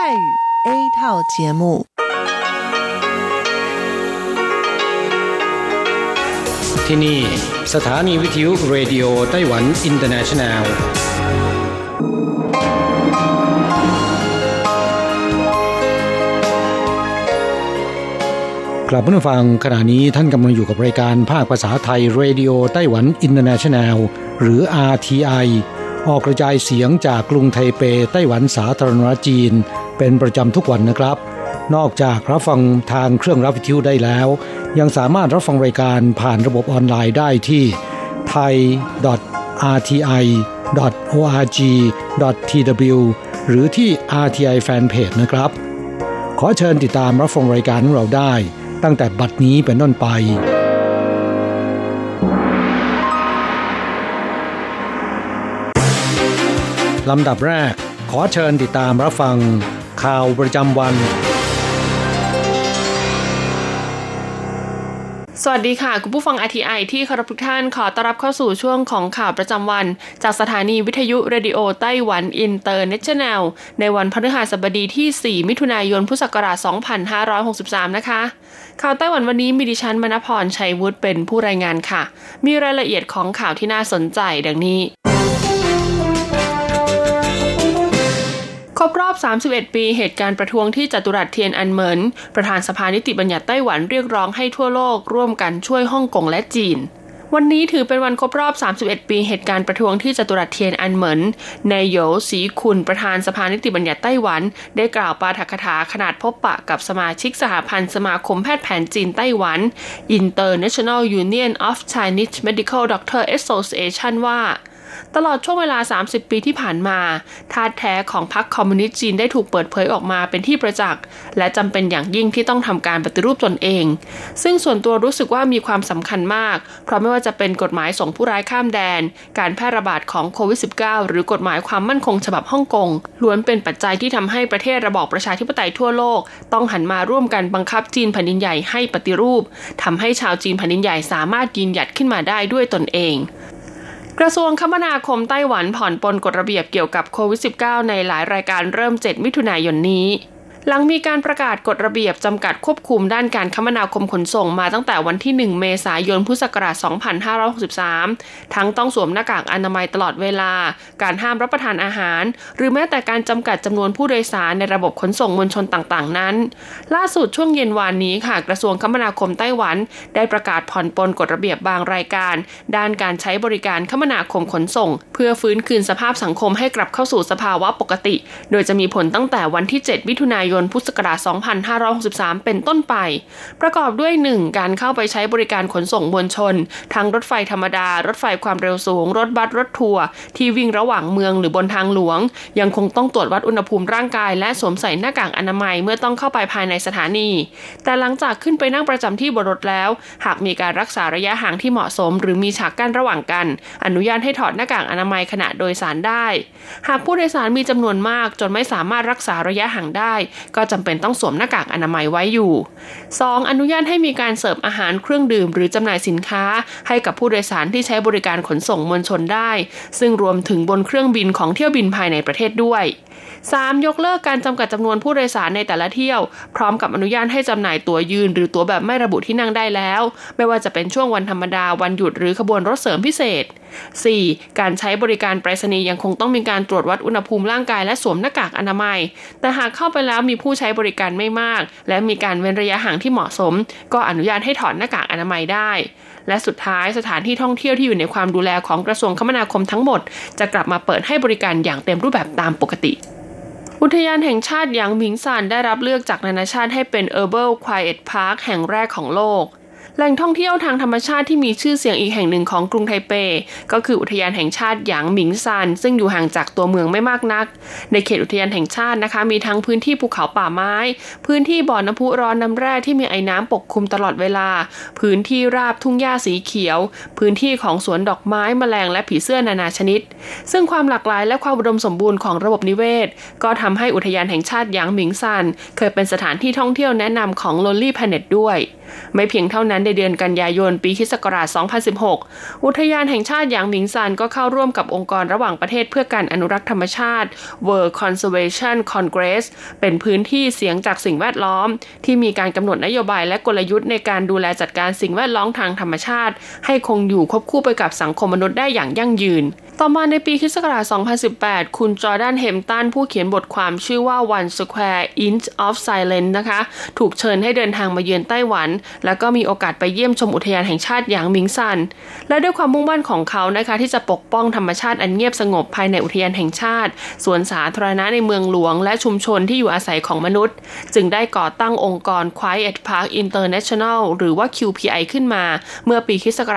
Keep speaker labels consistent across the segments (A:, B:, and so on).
A: 语 A 套节目
B: ที่นี่สถานีวิทยุเรดิโอไต้หวันอินเตอร์เนชั่นแนลกลับมาฟังขณะนี้ท่านกำลังอยู่กับรายการภาคภาษาไทยเรดิโอไต้หวันอินเตอร์เนชั่นแนลหรือ RTI ออกกระจายเสียงจากกรุงไทเปไต้หวันสาธารณรัฐจีนเป็นประจำทุกวันนะครับนอกจากรับฟังทางเครื่องรับวิทยุได้แล้วยังสามารถรับฟังรายการผ่านระบบออนไลน์ได้ที่ thai.rti.org.tw หรือที่ RTI Fanpage นะครับขอเชิญติดตามรับฟังรายการของเราได้ตั้งแต่บัดนี้เป็นต้นไปลำดับแรกขอเชิญติดตามรับฟังข่าวประจำวัน
C: สวัสดีค่ะคุณผู้ฟัง RTI ที่เคารพทุกท่านขอต้อนรับเข้าสู่ช่วงของข่าวประจำวันจากสถานีวิทยุเรดิโอไต้หวันอินเตอร์เนชั่นแนลในวันพฤหัสบดีที่4มิถุนายนพุทธศักราช2563นะคะข่าวไต้หวันวันนี้มีดิฉันมณพรชัยวุฒิเป็นผู้รายงานค่ะมีรายละเอียดของข่าวที่น่าสนใจดังนี้ครบรอบ31ปีเหตุการณ์ประท้วงที่จัตุรัสเทียนอันเหมินประธานสภานิติบัญญัติไต้หวันเรียกร้องให้ทั่วโลกร่วมกันช่วยฮ่องกงและจีนวันนี้ถือเป็นวันครบรอบ31ปีเหตุการณ์ประท้วงที่จัตุรัสเทียนอันเหมินนายโหยวสีคุนประธานสภานิติบัญญัติไต้หวันได้กล่าวปาฐกถาขนาดพบปะกับสมาชิกสหพันธ์สมาคมแพทย์แผนจีนไต้หวัน International Union of Chinese Medical Doctor Association ว่าตลอดช่วงเวลา30ปีที่ผ่านมาธาตุแท้ของพรรคคอมมิวนิสต์จีนได้ถูกเปิดเผยออกมาเป็นที่ประจักษ์และจำเป็นอย่างยิ่งที่ต้องทำการปฏิรูปตนเองซึ่งส่วนตัวรู้สึกว่ามีความสำคัญมากเพราะไม่ว่าจะเป็นกฎหมายส่งผู้ร้ายข้ามแดนการแพร่ระบาดของโควิด -19 หรือกฎหมายความมั่นคงฉบับฮ่องกงล้วนเป็นปัจจัยที่ทำให้ประเทศระบอบประชาธิปไตยทั่วโลกต้องหันมาร่วมกันบังคับจีนแผ่นดินใหญ่ให้ปฏิรูปทำให้ชาวจีนแผ่นดินใหญ่สามารถยืนหยัดขึ้นมาได้ด้วยตนเองกระทรวงคมนาคมไต้หวันผ่อนปลนกฎระเบียบเกี่ยวกับโควิด -19 ในหลายรายการเริ่ม7มิถุนายนนี้หลังมีการประกาศกฎระเบียบจำกัดควบคุมด้านการคมนาคมขนส่งมาตั้งแต่วันที่1เมษายนพุทธศักราช2563ทั้งต้องสวมหน้ากากอนามัยตลอดเวลาการห้ามรับประทานอาหารหรือแม้แต่การจำกัดจำนวนผู้โดยสารในระบบขนส่งมวลชนต่างๆนั้นล่าสุดช่วงเย็นวานนี้ค่ะกระทรวงคมนาคมไต้หวันได้ประกาศผ่อนปลนกฎระเบียบบางรายการด้านการใช้บริการคมนาคมขนส่งเพื่อฟื้นคืนสภาพสังคมให้กลับเข้าสู่สภาวะปกติโดยจะมีผลตั้งแต่วันที่7มิถุนายนพุทธศักราช2563เป็นต้นไปประกอบด้วย 1. การเข้าไปใช้บริการขนส่งมวลชนทั้งรถไฟธรรมดารถไฟความเร็วสูงรถบัสรถทัวร์ที่วิ่งระหว่างเมืองหรือบนทางหลวงยังคงต้องตรวจวัดอุณหภูมิร่างกายและสวมใส่หน้ากากอนามัยเมื่อต้องเข้าไปภายในสถานีแต่หลังจากขึ้นไปนั่งประจำที่บนรถแล้วหากมีการรักษาระยะห่างที่เหมาะสมหรือมีฉากกั้นระหว่างกันอนุญาตให้ถอดหน้ากากอนามัยขณะโดยสารได้หากผู้โดยสารมีจำนวนมากจนไม่สามารถรักษาระยะห่างได้ก็จำเป็นต้องสวมหน้ากากอนามัยไว้อยู่ 2. อนุญาตให้มีการเสิร์ฟอาหารเครื่องดื่มหรือจำหน่ายสินค้าให้กับผู้โดยสารที่ใช้บริการขนส่งมวลชนได้ซึ่งรวมถึงบนเครื่องบินของเที่ยวบินภายในประเทศด้วย 3. ยกเลิกการจำกัดจำนวนผู้โดยสารในแต่ละเที่ยวพร้อมกับอนุญาตให้จำหน่ายตั๋วยืนหรือตั๋วแบบไม่ระบุที่นั่งได้แล้วไม่ว่าจะเป็นช่วงวันธรรมดาวันหยุดหรือขบวนรถเสริมพิเศษ 4. การใช้บริการไปรษณีย์ยังคงต้องมีการตรวจวัดอุณหภูมิร่างกายและสวมหน้ากากอนามัยแต่หากเข้าไปแล้วมีผู้ใช้บริการไม่มากและมีการเว้นระยะห่างที่เหมาะสมก็อนุญาตให้ถอดหน้ากากอนามัยได้และสุดท้ายสถานที่ท่องเที่ยวที่อยู่ในความดูแลของกระทรวงคมนาคมทั้งหมดจะกลับมาเปิดให้บริการอย่างเต็มรูปแบบตามปกติอุทยานแห่งชาติหยางหมิงซานได้รับเลือกจากนานาชาติให้เป็น Urban Quiet Park แห่งแรกของโลกแหล่งท่องเที่ยวทางธรรมชาติที่มีชื่อเสียงอีกแห่งหนึ่งของกรุงไทเปก็คืออุทยานแห่งชาติหยางหมิงซานซึ่งอยู่ห่างจากตัวเมืองไม่มากนักในเขตอุทยานแห่งชาตินะคะมีทั้งพื้นที่ภูเขาป่าไม้พื้นที่บ่อน้ำพุร้อนน้ำแร่ที่มีไอ้น้ำปกคลุมตลอดเวลาพื้นที่ราบทุ่งหญ้าสีเขียวพื้นที่ของสวนดอกไม้แมลงและผีเสื้อนานาชนิดซึ่งความหลากหลายและความอุดมสมบูรณ์ของระบบนิเวศก็ทำให้อุทยานแห่งชาติหยางหมิงซานเคยเป็นสถานที่ท่องเที่ยวแนะนำของ Lonely Planet ด้วยไม่เพียงเท่านั้นในเดือนกันยายนปีค.ศ. 2016อุทยานแห่งชาติหยางหมิงซานก็เข้าร่วมกับองค์กรระหว่างประเทศเพื่อการอนุรักษ์ธรรมชาติ World Conservation Congress เป็นพื้นที่เสียงจากสิ่งแวดล้อมที่มีการกำหนดนโยบายและกลยุทธ์ในการดูแลจัดการสิ่งแวดล้อมทางธรรมชาติให้คงอยู่ควบคู่ไปกับสังคมมนุษย์ได้อย่างยั่งยืนต่อมาในปีค.ศ. 2018คุณจอร์แดนเฮมตันผู้เขียนบทความชื่อว่า One Square Inch of Silence นะคะถูกเชิญให้เดินทางมาเยือนไต้หวันแล้วก็มีโอกาสไปเยี่ยมชมอุทยานแห่งชาติหยางหมิงซันและด้วยความมุ่งมั่นของเขานะคะที่จะปกป้องธรรมชาติอันเงียบสงบภายในอุทยานแห่งชาติสวนสาธารณะในเมืองหลวงและชุมชนที่อยู่อาศัยของมนุษย์จึงได้ก่อตั้งองค์กร Quiet Park International หรือว่า QPI ขึ้นมาเมื่อปีค.ศ.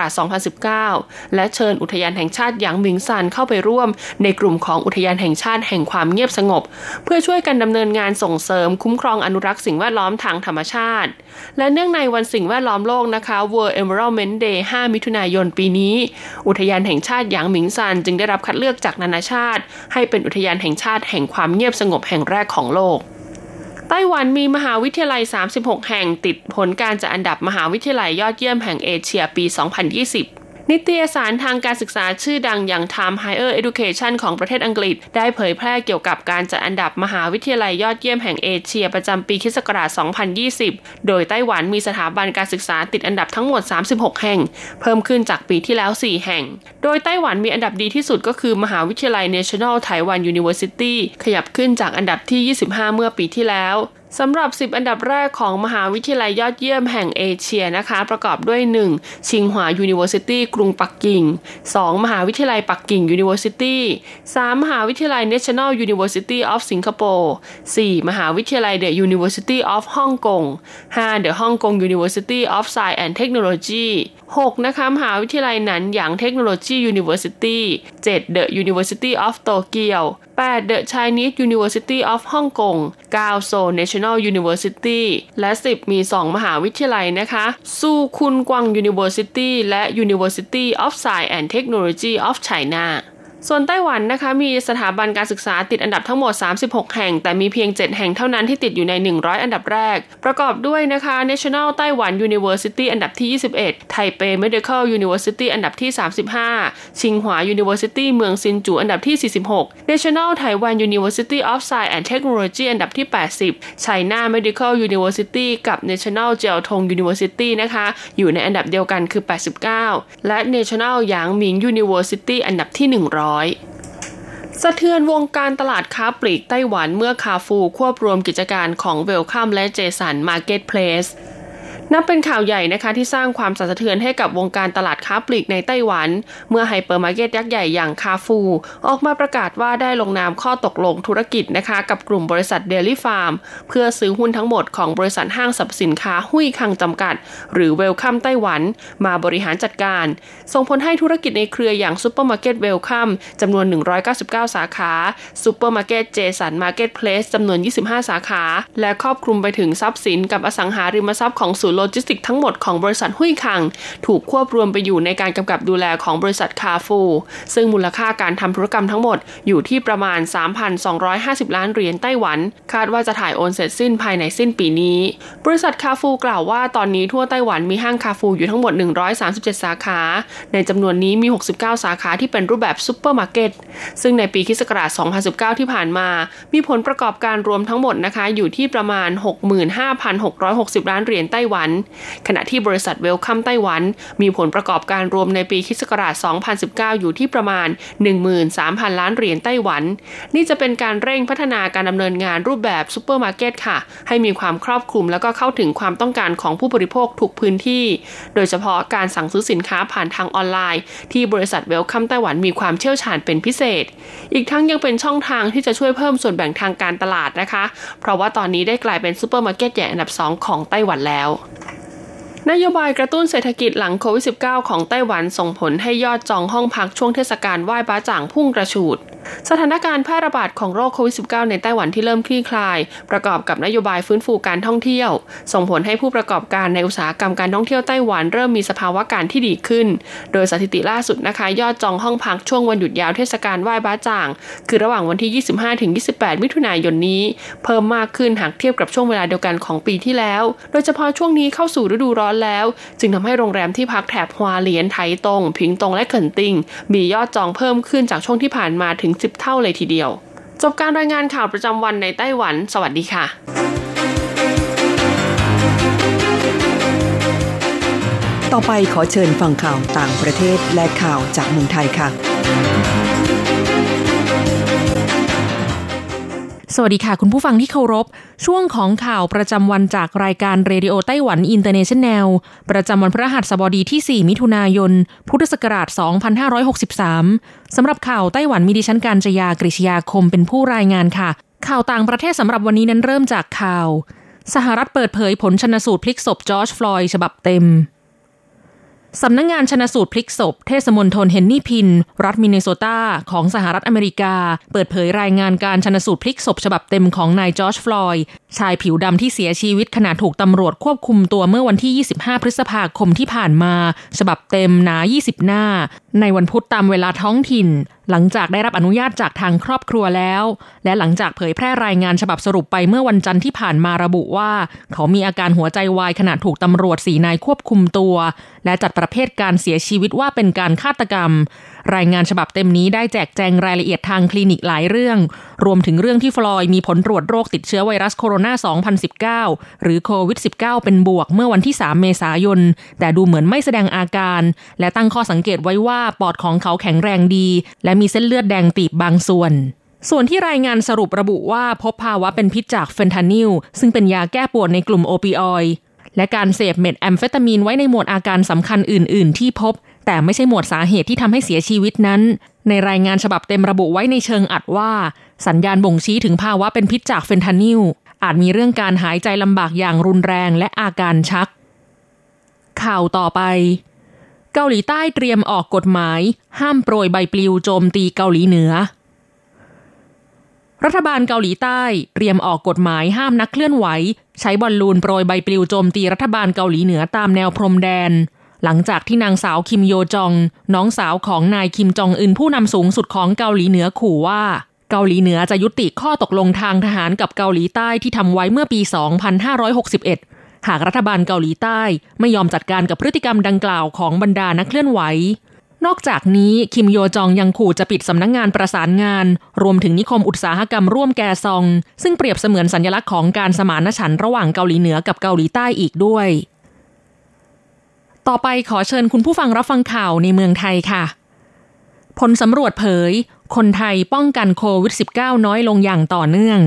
C: 2019และเชิญอุทยานแห่งชาติหยางหมิงซันเข้าไปร่วมในกลุ่มของอุทยานแห่งชาติแห่งความเงียบสงบเพื่อช่วยกันดำเนินงานส่งเสริมคุ้มครองอนุรักษ์สิ่งแวดล้อมทางธรรมชาติและเนื่องในวันสิ่งแวดล้อมโลกนะคะ World Environment Day 5 มิถุนายนปีนี้อุทยานแห่งชาติหยางหมิงซันจึงได้รับคัดเลือกจากนานาชาติให้เป็นอุทยานแห่งชาติแห่งความเงียบสงบแห่งแรกของโลกไต้หวันมีมหาวิทยาลัย36แห่งติดผลการจัดอันดับมหาวิทยาลัยยอดเยี่ยมแห่งเอเชียปี 2020นิตยสารทางการศึกษาชื่อดังอย่าง Time Higher Education ของประเทศอังกฤษได้เผยแพร่เกี่ยวกับการจัดอันดับมหาวิทยาลัยยอดเยี่ยมแห่งเอเชียประจำปีค.ศ. 2020โดยไต้หวันมีสถาบันการศึกษาติดอันดับทั้งหมด36แห่งเพิ่มขึ้นจากปีที่แล้ว4แห่งโดยไต้หวันมีอันดับดีที่สุดก็คือมหาวิทยาลัย National Taiwan University ขยับขึ้นจากอันดับที่25เมื่อปีที่แล้วสำหรับ10อันดับแรกของมหาวิทยาลัยยอดเยี่ยมแห่งเอเชียนะคะประกอบด้วย1ชิงหวา University กรุงปักกิ่ง2มหาวิทยาลัยปักกิ่ง University 3มหาวิทยาลัย National University of Singapore 4มหาวิทยาลัย The University of Hong Kong 5 The Hong Kong University of Science and Technology 6นะคะมหาวิทยาลัยหนันหยางเทคโนโลยี University 7 The University of Tokyo 8 The Chinese University of Hong Kong 9 Seoul National University และ10มี2มหาวิทยาลัยนะคะซูคุนกวาง University และ University of Science and Technology of Chinaส่วนไต้หวันนะคะมีสถาบันการศึกษาติดอันดับทั้งหมด36แห่งแต่มีเพียง7แห่งเท่านั้นที่ติดอยู่ใน100อันดับแรกประกอบด้วยนะคะ National Taiwan University อันดับที่21 Taipei Medical University อันดับที่35ชิงหวา University เมืองซินจูอันดับที่46 National Taiwan University of Science and Technology อันดับที่80 China Medical University กับ National Jiaotong University นะคะอยู่ในอันดับเดียวกันคือ89และ National Yangming University อันดับที่100สะเทือนวงการตลาดค้าปลีกไต้หวันเมื่อคาฟูควบรวมกิจการของเวลคัมและเจสันมาร์เก็ตเพลสนับเป็นข่าวใหญ่นะคะที่สร้างความสั่นสะเทือนให้กับวงการตลาดค้าปลีกในไต้หวันเมื่อไฮเปอร์มาร์เก็ตยักษ์ใหญ่อย่างคาฟูออกมาประกาศว่าได้ลงนามข้อตกลงธุรกิจนะคะกับกลุ่มบริษัทเดลี่ฟาร์มเพื่อซื้อหุ้นทั้งหมดของบริษัทห้างสรรพสินค้าหุ้ยคังจำกัดหรือเวลคัมไต้หวันมาบริหารจัดการส่งผลให้ธุรกิจในเครืออย่างซุปเปอร์มาร์เก็ตเวลคัมจำนวน199สาขาซุปเปอร์มาร์เก็ตเจสันมาร์เก็ตเพลสจำนวน25สาขาและครอบคลุมไปถึงทรัพย์สินกับอสังหาริมทรัพย์ของศูนย์โลจิสติกทั้งหมดของบริษัทหุ้ยคังถูกควบรวมไปอยู่ในการกำกับดูแลของบริษัทคาฟูซึ่งมูลค่าการทำธุรกรรมทั้งหมดอยู่ที่ประมาณ 3,250 ล้านเหรียญไต้หวันคาดว่าจะถ่ายโอนเสร็จสิ้นภายในสิ้นปีนี้บริษัทคาฟูกล่าวว่าตอนนี้ทั่วไต้หวันมีห้างคาฟูอยู่ทั้งหมด137สาขาในจำนวนนี้มี69สาขาที่เป็นรูปแบบซุปเปอร์มาร์เก็ตซึ่งในปีค.ศ. 2019ที่ผ่านมามีผลประกอบการรวมทั้งหมดนะคะอยู่ที่ประมาณ 65,660 ล้านเหรียญไต้หวันขณะที่บริษัทเวลคัมไต้หวันมีผลประกอบการรวมในปีค.ศ. 2019อยู่ที่ประมาณ 13,000 ล้านเหรียญไต้หวันนี่จะเป็นการเร่งพัฒนาการดำเนินงานรูปแบบซุปเปอร์มาร์เก็ตค่ะให้มีความครอบคลุมแล้วก็เข้าถึงความต้องการของผู้บริโภคทุกพื้นที่โดยเฉพาะการสั่งซื้อสินค้าผ่านทางออนไลน์ที่บริษัทเวลคัมไต้หวันมีความเชี่ยวชาญเป็นพิเศษอีกทั้งยังเป็นช่องทางที่จะช่วยเพิ่มส่วนแบ่งทางการตลาดนะคะเพราะว่าตอนนี้ได้กลายเป็นซุปเปอร์มาร์เก็ตใหญ่อันดับ2ของไต้หวันแล้วนโยบายกระตุ้นเศรษฐกิจหลังโควิด -19 ของไต้หวันส่งผลให้ยอดจองห้องพักช่วงเทศกาลไหว้บ้าจ่างพุ่งกระฉูดสถานการณ์แพร่ระบาดของโรคโควิด -19 ในไต้หวันที่เริ่มคลี่คลายประกอบกับนโยบายฟื้นฟูการท่องเที่ยวส่งผลให้ผู้ประกอบการในอุตสาหกรรมการท่องเที่ยวไต้หวันเริ่มมีสภาวะการที่ดีขึ้นโดยสถิติล่าสุดนะคะยอดจองห้องพักช่วงวันหยุดยาวเทศกาลไหว้บ้าจ่างคือระหว่างวันที่ 25-28 มิถุนายนนี้เพิ่มมากขึ้นหากเทียบกับช่วงเวลาเดียวกันของปีที่แล้วโดยเฉพาะช่วงนี้เข้าสู่ฤดูร้อนอนแล้วจึงทำให้โรงแรมที่พักแถบฮวาเหลียนไถตงผิงตงและเขินติงมียอดจองเพิ่มขึ้นจากช่วงที่ผ่านมาถึง10 เท่าเลยทีเดียวจบการรายงานข่าวประจำวันในไต้หวันสวัสดีค่ะ
A: ต่อไปขอเชิญฟังข่าวต่างประเทศและข่าวจากเมืองไทยค่ะ
D: สวัสดีค่ะคุณผู้ฟังที่เคารพช่วงของข่าวประจำวันจากรายการเรดิโอไต้หวันอินเตอร์เนชั่นแนลประจำวันพฤหัสบดีที่4มิถุนายนพุทธศักราช2563สำหรับข่าวไต้หวันมีดิฉันกาญจยากฤษยาคมเป็นผู้รายงานค่ะข่าวต่างประเทศสำหรับวันนี้นั้นเริ่มจากข่าวสหรัฐเปิดเผยผลชันสูตรพลิกศพจอร์จฟลอยด์ฉบับเต็มสำนักงานชันสูตรพลิกศพเทศมณฑลเฮนนี่พินรัฐมินนิโซตาของสหรัฐอเมริกาเปิดเผยรายงานการชันสูตรพลิกศพฉบับเต็มของนายจอร์จฟลอยด์ชายผิวดำที่เสียชีวิตขณะถูกตำรวจควบคุมตัวเมื่อวันที่25พฤษภาคมที่ผ่านมาฉบับเต็มหนา20หน้าในวันพุธตามเวลาท้องถิ่นหลังจากได้รับอนุญาตจากทางครอบครัวแล้วและหลังจากเผยแพร่รายงานฉบับสรุปไปเมื่อวันจันทร์ที่ผ่านมาระบุว่าเขามีอาการหัวใจวายขณะถูกตำรวจ4 นายควบคุมตัวและจัดประเภทการเสียชีวิตว่าเป็นการฆาตกรรมรายงานฉบับเต็มนี้ได้แจกแจงรายละเอียดทางคลินิกหลายเรื่องรวมถึงเรื่องที่ฟลอยด์มีผลตรวจโรคติดเชื้อไวรัสโคโรนา2019หรือโควิด -19 เป็นบวกเมื่อวันที่3เมษายนแต่ดูเหมือนไม่แสดงอาการและตั้งข้อสังเกตไว้ว่าปอดของเขาแข็งแรงดีและมีเส้นเลือดแดงตีบบางส่วนที่รายงานสรุประบุว่าพบภาวะเป็นพิษจากเฟนทานิลซึ่งเป็นยาแก้ปวดในกลุ่มโอปิออยด์และการเสพเม็ดแอมเฟตามีนไว้ในหมวดอาการสำคัญอื่นๆที่พบแต่ไม่ใช่หมวดสาเหตุที่ทำให้เสียชีวิตนั้นในรายงานฉบับเต็มระบุไว้ในเชิงอัดว่าสัญญาณบ่งชี้ถึงภาวะเป็นพิษจากเฟนทานิลอาจมีเรื่องการหายใจลำบากอย่างรุนแรงและอาการชักข่าวต่อไปเกาหลีใต้เตรียมออกกฎหมายห้ามโปรยใบปลิวโจมตีเกาหลีเหนือรัฐบาลเกาหลีใต้เตรียมออกกฎหมายห้ามนักเคลื่อนไหวใช้บอลลูนโปรยใบปลิวโจมตีรัฐบาลเกาหลีเหนือตามแนวพรมแดนหลังจากที่นางสาวคิมโยจองน้องสาวของนายคิมจองอึนผู้นำสูงสุดของเกาหลีเหนือขู่ว่าเกาหลีเหนือจะยุติข้อตกลงทางทหารกับเกาหลีใต้ที่ทำไว้เมื่อปี 2561 หากรัฐบาลเกาหลีใต้ไม่ยอมจัดการกับพฤติกรรมดังกล่าวของบรรดานักเคลื่อนไหวนอกจากนี้คิมโยจองยังขู่จะปิดสำนักงานประสานงานรวมถึงนิคมอุตสาหกรรมร่วมแกซองซึ่งเปรียบเสมือนสัญลักษณ์ของการสมานฉันท์ระหว่างเกาหลีเหนือกับเกาหลีใต้อีกด้วยต่อไปขอเชิญคุณผู้ฟังรับฟังข่าวในเมืองไทยค่ะผลสำรวจเผยคนไทยป้องกันโควิด -19 น้อยลงอย่างต่อเนื่อง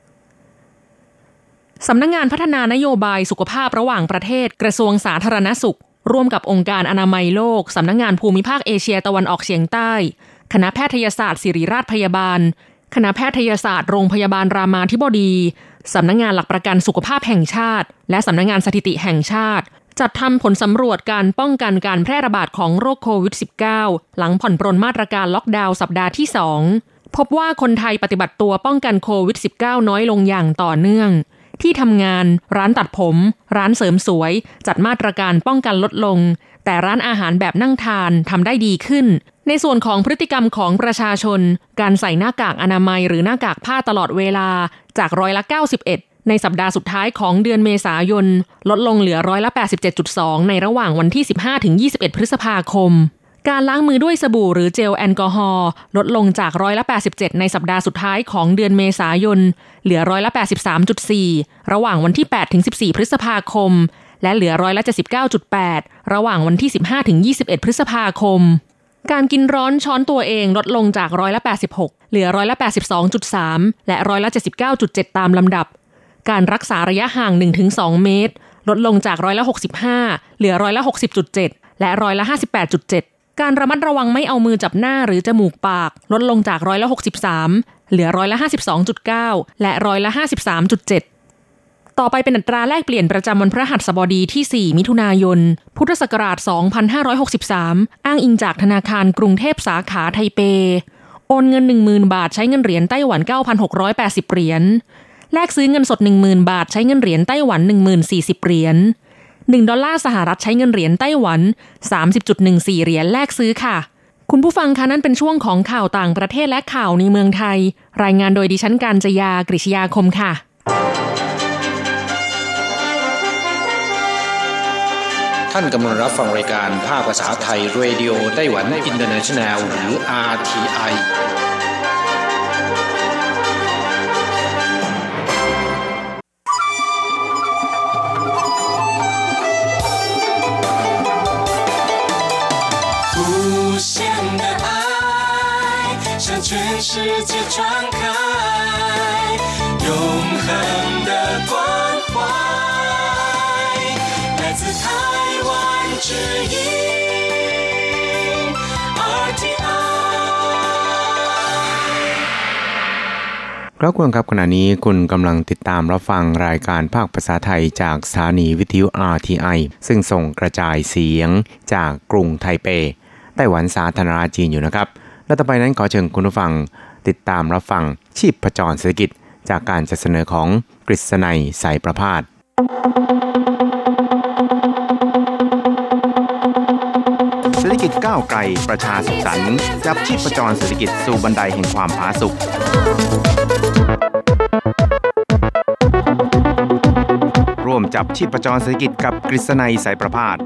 D: สำนักงานพัฒนานโยบายสุขภาพระหว่างประเทศกระทรวงสาธารณสุขร่วมกับองค์การอนามัยโลกสำนักงานภูมิภาคเอเชียตะวันออกเฉียงใต้คณะแพทยศาสตร์ศิริราชพยาบาลคณะแพทยศาสตร์โรงพยาบาลรามาธิบดีสำนักงานหลักประกันสุขภาพแห่งชาติและสำนักงานสถิติแห่งชาติจัดทำผลสำรวจการป้องกันการแพร่ระบาดของโรคโควิด -19 หลังผ่อนปรนมาตรการล็อกดาวน์สัปดาห์ที่2พบว่าคนไทยปฏิบัติตัวป้องกันโควิด -19 น้อยลงอย่างต่อเนื่องที่ทำงานร้านตัดผมร้านเสริมสวยจัดมาตรการป้องกันลดลงแต่ร้านอาหารแบบนั่งทานทำได้ดีขึ้นในส่วนของพฤติกรรมของประชาชนการใส่หน้ากากอนามัยหรือหน้ากากผ้าตลอดเวลาจาก91%ในสัปดาห์สุดท้ายของเดือนเมษายนลดลงเหลือ87.2% ในระหว่างวันที่ 15-21 พฤษภาคมการล้างมือด้วยสบู่หรือเจลแอลกอฮอล์ลดลงจาก87%ในสัปดาห์สุดท้ายของเดือนเมษายนเหลือ83.4% ระหว่างวันที่ 8-14 พฤษภาคมและเหลือ79.8% ระหว่างวันที่ 15-21 พฤษภาคมการกินร้อนช้อนตัวเองลดลงจาก86%เหลือ82.3% และ79.7% ตามลำดับการรักษาระยะห่าง 1-2 เมตรลดลงจาก65%เหลือ60.7% และ58.7%การระมัดระวังไม่เอามือจับหน้าหรือจมูกปากลดลงจาก63%เหลือ52.9% และ53.7%ต่อไปเป็นอัตราแลกเปลี่ยนประจำวันพฤหัสบดีที่4มิถุนายนพุทธศักราช2563อ้างอิงจากธนาคารกรุงเทพสาขาไทเปโอนเงิน 10,000 บาทใช้เงินเหรียญไต้หวัน 9,680 เหรียญแลกซื้อเงินสด 10,000 บาทใช้เงินเหรียญไต้หวัน 10,040 เหรียญ1ดอลลาร์สหรัฐใช้เงินเหรียญไต้หวัน 30.14 เหรียญแลกซื้อค่ะคุณผู้ฟังคะนั่นเป็นช่วงของข่าวต่างประเทศและข่าวในเมืองไทยรายงานโดยดิฉันกาญจยากฤษยาคมค่ะ
B: ท่านกำลังรับฟังรายการภาคภาษาไทย Radio ไต้หวันอินเตอร์เนชั่นแนลหรือ RTI
E: 向全世界传开永恒的关怀来自台湾之音 RTI
F: ครับคุณครับขณะนี้คุณกำลังติดตามรับฟังรายการภาคภาษาไทยจากสถานีวิทยุ RTI ซึ่งส่งกระจายเสียงจากกรุงไทเปไต้หวันสาธารณรัฐจีนอยู่นะครับและต่อไปนั้นขอเชิญคุณผู้ฟังติดตามรับฟังชีพจรเศรษฐกิจจากการจัดเสนอของกฤษณัยสายประภาสเศรษฐกิจก้าวไกลประชาสุขสันต์จับชีพจรเศรษฐกิจสู่บันไดแห่งความผาสุกร่วมจับชีพจรเศรษฐกิจกับกฤษณัยสายประภาส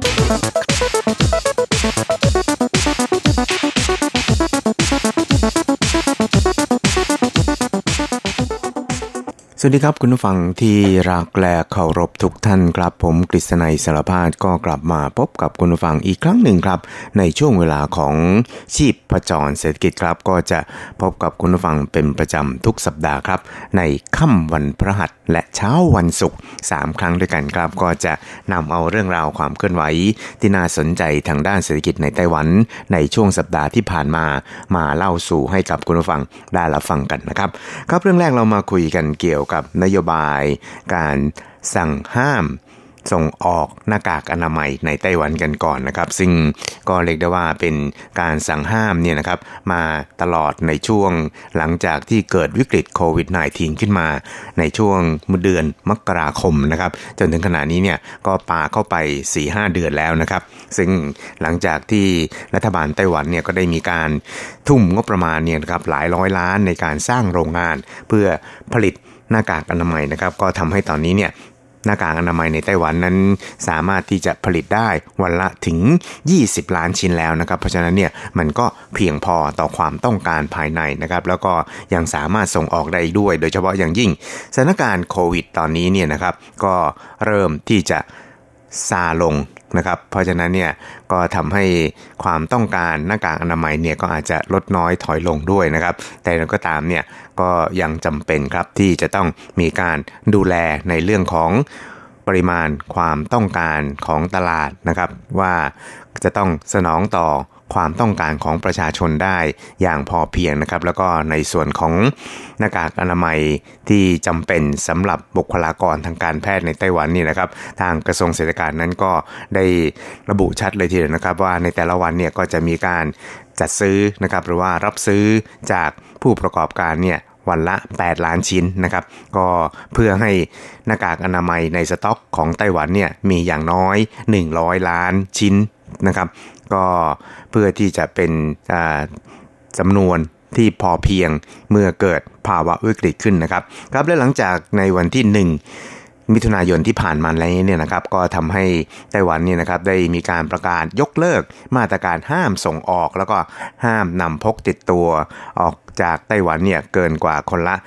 F: สวัสดีครับคุณผู้ฟังที่รักและเคารพทุกท่านครับผมกฤษณัยสารพาดก็กลับมาพบกับคุณผู้ฟังอีกครั้งหนึ่งครับในช่วงเวลาของชีพจรเศรษฐกิจครับก็จะพบกับคุณผู้ฟังเป็นประจำทุกสัปดาห์ครับในค่ำวันพฤหัสและเช้าวันศุกร์3ครั้งด้วยกันครับก็จะนำเอาเรื่องราวความเคลื่อนไหวที่น่าสนใจทางด้านเศรษฐกิจในไต้หวันในช่วงสัปดาห์ที่ผ่านมาเล่าสู่ให้กับคุณผู้ฟังได้รับฟังกันนะครับครับเรื่องแรกเรามาคุยกันเกี่ยวกับนโยบายการสั่งห้ามส่งออกหน้ากากอนามัยในไต้หวันกันก่อนนะครับซึ่งก็เรียกได้ว่าเป็นการสั่งห้ามเนี่ยนะครับมาตลอดในช่วงหลังจากที่เกิดวิกฤตโควิด -19 ขึ้นมาในช่วงเดือนมกราคมนะครับจนถึงขณะนี้เนี่ยก็ปาเข้าไป 4-5 เดือนแล้วนะครับซึ่งหลังจากที่รัฐบาลไต้หวันเนี่ยก็ได้มีการทุ่มงบประมาณเนี่ยนะครับหลายร้อยล้านในการสร้างโรงงานเพื่อผลิตหน้ากากอนามัยนะครับก็ทำให้ตอนนี้เนี่ยหน้ากากอนามัยในไต้หวันนั้นสามารถที่จะผลิตได้วันละถึง20ล้านชิ้นแล้วนะครับเพราะฉะนั้นเนี่ยมันก็เพียงพอต่อความต้องการภายในนะครับแล้วก็ยังสามารถส่งออกได้ด้วยโดยเฉพาะอย่างยิ่งสถานการณ์โควิดตอนนี้เนี่ยนะครับก็เริ่มที่จะซาลงนะครับเพราะฉะนั้นเนี่ยก็ทำให้ความต้องการหน้ากากอนามัยเนี่ยก็อาจจะลดน้อยถอยลงด้วยนะครับแต่ก็ตามเนี่ยก็ยังจำเป็นครับที่จะต้องมีการดูแลในเรื่องของปริมาณความต้องการของตลาดนะครับว่าจะต้องสนองต่อความต้องการของประชาชนได้อย่างพอเพียงนะครับแล้วก็ในส่วนของหน้ากากอนามัยที่จำเป็นสำหรับบุคลากรทางการแพทย์ในไต้หวันนี่นะครับทางกระทรวงเศรษฐกิจนั้นก็ได้ระบุชัดเลยทีเดียวนะครับว่าในแต่ละวันเนี่ยก็จะมีการจัดซื้อนะครับหรือว่ารับซื้อจากผู้ประกอบการเนี่ยวันละ8ล้านชิ้นนะครับก็เพื่อให้หน้ากากอนามัยในสต็อกของไต้หวันเนี่ยมีอย่างน้อย100ล้านชิ้นนะครับก็เพื่อที่จะเป็นจำนวนที่พอเพียงเมื่อเกิดภาวะวิกฤตขึ้นนะครับครับและหลังจากในวันที่1มิถุนายนที่ผ่านมาแล้วเนี่ยนะครับก็ทำให้ไต้หวันเนี่ยนะครับได้มีการประกาศยกเลิกมาตรการห้ามส่งออกแล้วก็ห้ามนำพกติดตัวออกจากไต้หวันเนี่ยเกินกว่าคนละ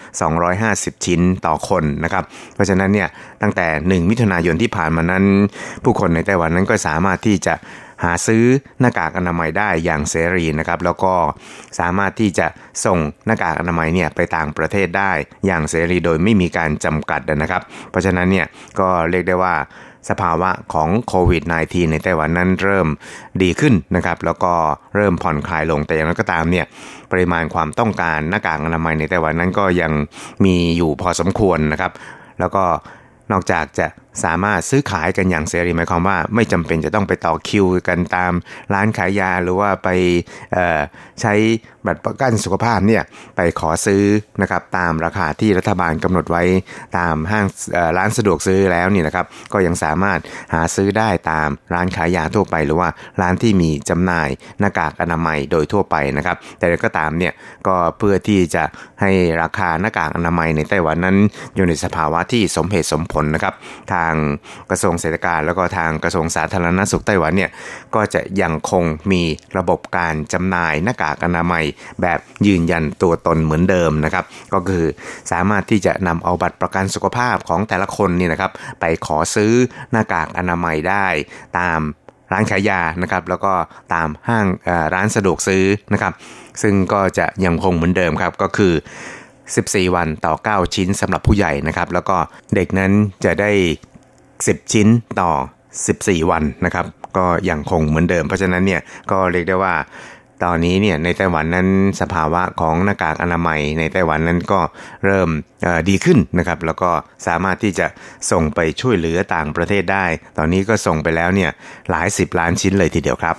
F: 250ชิ้นต่อคนนะครับเพราะฉะนั้นเนี่ยตั้งแต่1มิถุนายนที่ผ่านมานั้นผู้คนในไต้หวันนั้นก็สามารถที่จะหาซื้อหน้ากากอนามัยได้อย่างเสรีนะครับแล้วก็สามารถที่จะส่งหน้ากากอนามัยเนี่ยไปต่างประเทศได้อย่างเสรีโดยไม่มีการจำกัดนะครับเพราะฉะนั้นเนี่ยก็เรียกได้ว่าสภาวะของโควิด -19 ในไต้หวันนั้นเริ่มดีขึ้นนะครับแล้วก็เริ่มผ่อนคลายลงแต่อย่างไรก็ตามเนี่ยปริมาณความต้องการหน้ากากอนามัยในไต้หวันนั้นก็ยังมีอยู่พอสมควรนะครับแล้วก็นอกจากจะสามารถซื้อขายกันอย่างเสรีหมายความว่าไม่จำเป็นจะต้องไปต่อคิวกันตามร้านขายยาหรือว่าไปใช้บัตรประกันสุขภาพเนี่ยไปขอซื้อนะครับตามราคาที่รัฐบาลกำหนดไว้ตามห้างร้านสะดวกซื้อแล้วนี่นะครับก็ยังสามารถหาซื้อได้ตามร้านขายยาทั่วไปหรือว่าร้านที่มีจำหน่ายหน้ากากอนามัยโดยทั่วไปนะครับแต่ก็ตามเนี่ยก็เพื่อที่จะให้ราคาหน้ากากอนามัยในไต้หวันนั้นอยู่ในสภาวะที่สมเหตุสมผลนะครับทางกระทรวงเศรษฐกิจแล้วก็ทางกระทรวงสาธารณสุขไต้หวันเนี่ยก็จะยังคงมีระบบการจำหน่ายหน้ากากอนามัยแบบยืนยันตัวตนเหมือนเดิมนะครับก็คือสามารถที่จะนำเอาบัตรประกันสุขภาพของแต่ละคนนี่นะครับไปขอซื้อหน้ากากอนามัยได้ตามร้านขายยานะครับแล้วก็ตามห้างร้านสะดวกซื้อนะครับซึ่งก็จะยังคงเหมือนเดิมครับก็คือ14วันต่อ9ชิ้นสำหรับผู้ใหญ่นะครับแล้วก็เด็กนั้นจะได้10ชิ้นต่อ14วันนะครับก็ยังคงเหมือนเดิมเพราะฉะนั้นเนี่ยก็เรียกได้ว่าตอนนี้เนี่ยในไต้หวันนั้นสภาวะของหน้ากากอนามัยในไต้หวันนั้นก็เริ่มดีขึ้นนะครับแล้วก็สามารถที่จะส่งไปช่วยเหลือต่างประเทศได้ตอนนี้ก็ส่งไปแล้วเนี่ยหลาย10ล้านชิ้นเลยทีเดียวครับ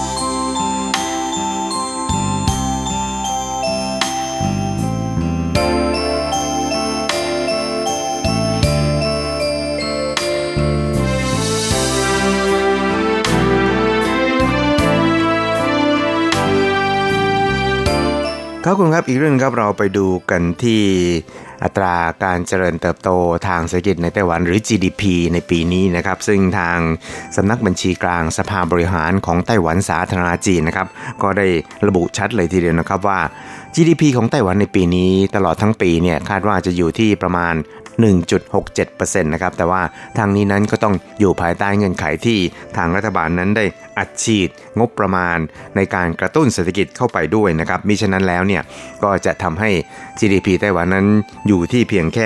F: ครับคุณครับอีกเรื่องครับเราไปดูกันที่อัตราการเจริญเติบโตทางเศรษฐกิจในไต้หวันหรือ GDP ในปีนี้นะครับซึ่งทางสำนักบัญชีกลางสภาบริหารของไต้หวันสาธารณจีนนะครับก็ได้ระบุชัดเลยทีเดียวนะครับว่า GDP ของไต้หวันในปีนี้ตลอดทั้งปีเนี่ยคาดว่าจะอยู่ที่ประมาณ 1.67% นะครับแต่ว่าทางนี้นั้นก็ต้องอยู่ภายใต้เงื่อนไขที่ทางรัฐบาลนั้นได้อัดฉีดงบประมาณในการกระตุ้นเศรษฐกิจเข้าไปด้วยนะครับมิฉะนั้นแล้วเนี่ยก็จะทำให้ GDP ไต้หวันนั้นอยู่ที่เพียงแค่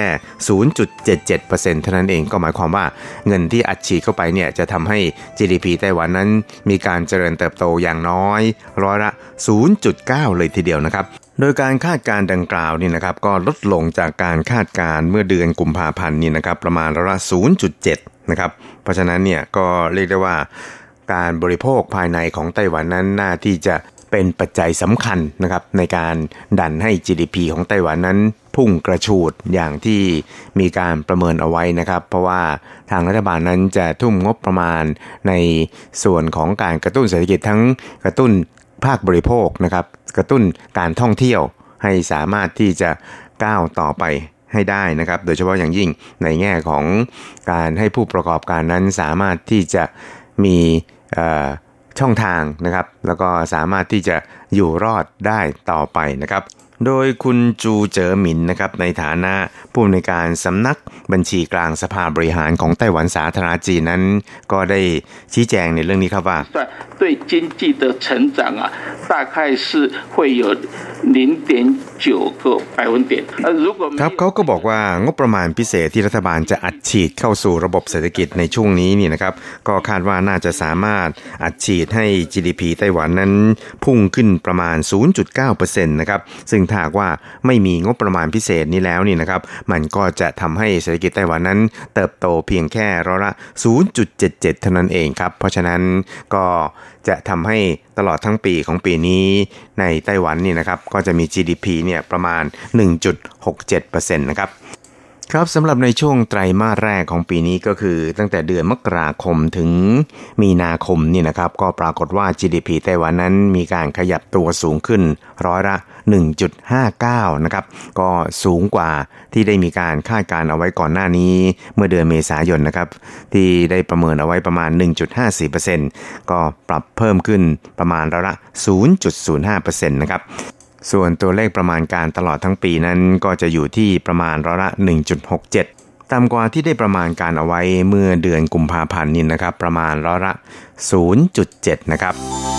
F: 0.77% เท่านั้นเองก็หมายความว่าเงินที่อัดฉีดเข้าไปเนี่ยจะทำให้ GDP ไต้หวันนั้นมีการเจริญเติบโตอย่างน้อยร้อยละ 0.9 เลยทีเดียวนะครับโดยการคาดการณ์ดังกล่าวนี่นะครับก็ลดลงจากการคาดการณ์เมื่อเดือนกุมภาพันธ์นี่นะครับประมาณร้อยละ 0.7 นะครับเพราะฉะนั้นเนี่ยก็เรียกได้ว่าการบริโภคภายในของไต้หวันนั้นน่าที่จะเป็นปัจจัยสำคัญนะครับในการดันให้ GDP ของไต้หวันนั้นพุ่งกระฉูดอย่างที่มีการประเมินเอาไว้นะครับเพราะว่าทางรัฐบาลนั้นจะทุ่มงบประมาณในส่วนของการกระตุ้นเศรษฐกิจทั้งกระตุ้นภาคบริโภคนะครับกระตุ้นการท่องเที่ยวให้สามารถที่จะก้าวต่อไปให้ได้นะครับโดยเฉพาะอย่างยิ่งในแง่ของการให้ผู้ประกอบการนั้นสามารถที่จะมีช่องทางนะครับแล้วก็สามารถที่จะอยู่รอดได้ต่อไปนะครับโดยคุณจูเจ๋อหมินนะครับในฐานะผู้อำนวยการสำนักบัญชีกลางสภาบริหารของไต้หวันสาธารณจีนนั้นก็ได้ชี้แจงในเรื่องนี้ครับว่า
G: 对经济的成长大概是会有 0.9 个百分点如果
F: ครับเขาก็บอกว่างบประมาณพิเศษที่รัฐบาลจะอัดฉีดเข้าสู่ระบบเศรษฐกิจในช่วงนี้นี่นะครับก็คาดว่าน่าจะสามารถอัดฉีดให้ GDP ไต้หวันนั้นพุ่งขึ้นประมาณ 0.9% นะครับซึ่งถ้าว่าไม่มีงบประมาณพิเศษนี้แล้วนี่นะครับมันก็จะทำให้เศรษฐกิจไต้หวันนั้นเติบโตเพียงแค่ร้อยละ 0.77 เท่านั้นเองครับเพราะฉะนั้นก็จะทำให้ตลอดทั้งปีของปีนี้ในไต้หวันนี่นะครับก็จะมี GDP เนี่ยประมาณ 1.67% นะครับครับสำหรับในช่วงไตรมาสแรกของปีนี้ก็คือตั้งแต่เดือนมกราคมถึงมีนาคมนี่นะครับก็ปรากฏว่า GDP ไต้หวันนั้นมีการขยับตัวสูงขึ้นร้อยละ 1.59 นะครับก็สูงกว่าที่ได้มีการคาดการณ์เอาไว้ก่อนหน้านี้เมื่อเดือนเมษายนนะครับที่ได้ประเมินเอาไว้ประมาณ 1.54% ก็ปรับเพิ่มขึ้นประมาณร้อยละ 0.05% นะครับส่วนตัวเลขประมาณการตลอดทั้งปีนั้นก็จะอยู่ที่ประมาณร้อยละ 1.67 ต่ำกว่าที่ได้ประมาณการเอาไว้เมื่อเดือนกุมภาพันธ์นี้นะครับประมาณร้อยละ 0.7 นะครับ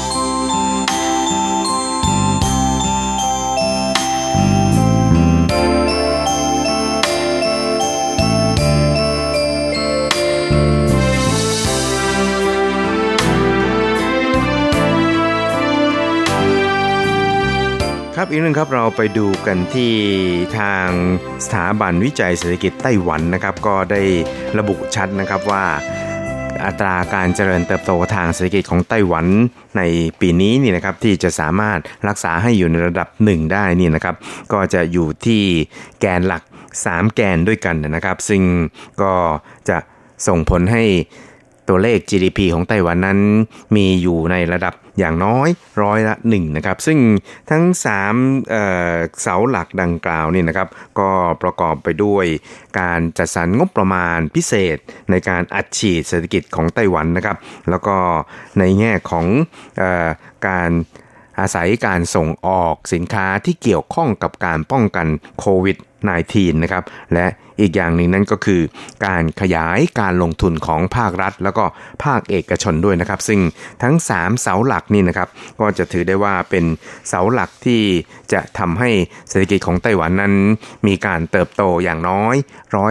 F: ครับอีกหนึ่งครับเราไปดูกันที่ทางสถาบันวิจัยเศรษฐกิจไต้หวันนะครับก็ได้ระบุชัดนะครับว่าอัตราการเจริญเติบโตทางเศรษฐกิจของไต้หวันในปีนี้นี่นะครับที่จะสามารถรักษาให้อยู่ในระดับ1ได้นี่นะครับก็จะอยู่ที่แกนหลัก3แกนด้วยกันนะครับซึ่งก็จะส่งผลให้ตัวเลข GDP ของไต้หวันนั้นมีอยู่ในระดับอย่างน้อย1%นะครับซึ่งทั้ง3เสาหลักดังกล่าวนี่นะครับก็ประกอบไปด้วยการจัดสรรงบประมาณพิเศษในการอัดฉีดเศรษฐกิจของไต้หวันนะครับแล้วก็ในแง่ของการอาศัยการส่งออกสินค้าที่เกี่ยวข้องกับการป้องกันโควิด-19 นะครับและอีกอย่างหนึ่งนั่นก็คือการขยายการลงทุนของภาครัฐแล้วก็ภาคเอกชนด้วยนะครับซึ่งทั้ง3เสาหลักนี่นะครับก็จะถือได้ว่าเป็นเสาหลักที่จะทำให้เศรษฐกิจของไต้หวันนั้นมีการเติบโตอย่างน้อย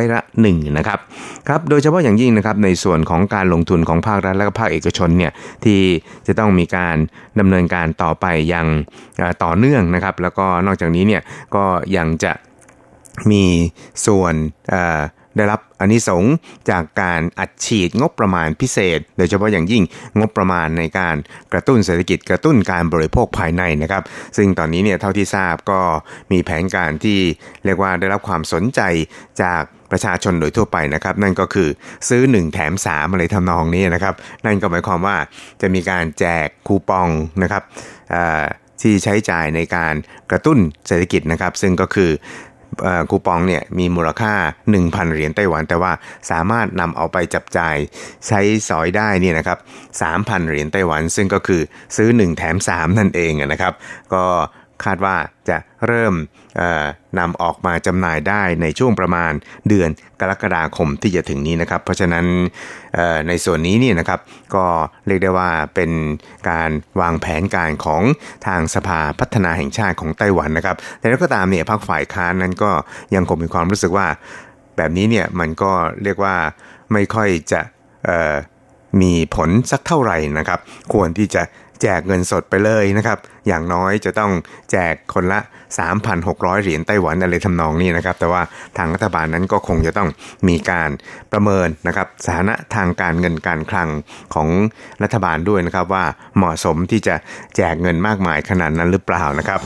F: 1%นะครับครับโดยเฉพาะอย่างยิ่งนะครับในส่วนของการลงทุนของภาครัฐและก็ภาคเอกชนเนี่ยที่จะต้องมีการดำเนินการต่อไปอย่างต่อเนื่องนะครับแล้วก็นอกจากนี้เนี่ยก็ยังจะมีส่วนได้รับอานิสงส์จากการอัดฉีดงบประมาณพิเศษโดยเฉพาะอย่างยิ่งงบประมาณในการกระตุ้นเศรษฐกิจกระตุ้นการบริโภคภายในนะครับซึ่งตอนนี้เนี่ยเท่าที่ทราบก็มีแผนการที่เรียกว่าได้รับความสนใจจากประชาชนโดยทั่วไปนะครับนั่นก็คือซื้อ1แถม3อะไรทำนองนี้นะครับนั่นก็หมายความว่าจะมีการแจกคูปองนะครับที่ใช้จ่ายในการกระตุ้นเศรษฐกิจนะครับซึ่งก็คือคูปองเนี่ยมีมูลค่า 1,000 เหรียญไต้หวันแต่ว่าสามารถนำเอาไปจับจ่ายใช้สอยได้นี่นะครับ 3,000 เหรียญไต้หวันซึ่งก็คือซื้อ1แถม3นั่นเองนะครับก็คาดว่าจะเริ่มนำออกมาจำหน่ายได้ในช่วงประมาณเดือนกรกฎาคมที่จะถึงนี้นะครับเพราะฉะนั้นในส่วนนี้นี่นะครับก็เรียกได้ว่าเป็นการวางแผนการของทางสภาพัฒนาแห่งชาติของไต้หวันนะครับแต่แล้วก็ตามเนี่ยพรรคฝ่ายค้านนั้นก็ยังคงมีความรู้สึกว่าแบบนี้เนี่ยมันก็เรียกว่าไม่ค่อยจะมีผลสักเท่าไหร่นะครับควรที่จะแจกเงินสดไปเลยนะครับอย่างน้อยจะต้องแจกคนละ 3,600 เหรียญไต้หวันอะไรทำนองนี้นะครับแต่ว่าทางรัฐบาลนั้นก็คงจะต้องมีการประเมินนะครับสถานะทางการเงินการคลังของรัฐบาลด้วยนะครับว่าเหมาะสมที่จะแจกเงินมากมายขนาดนั้นหรือเปล่านะครับ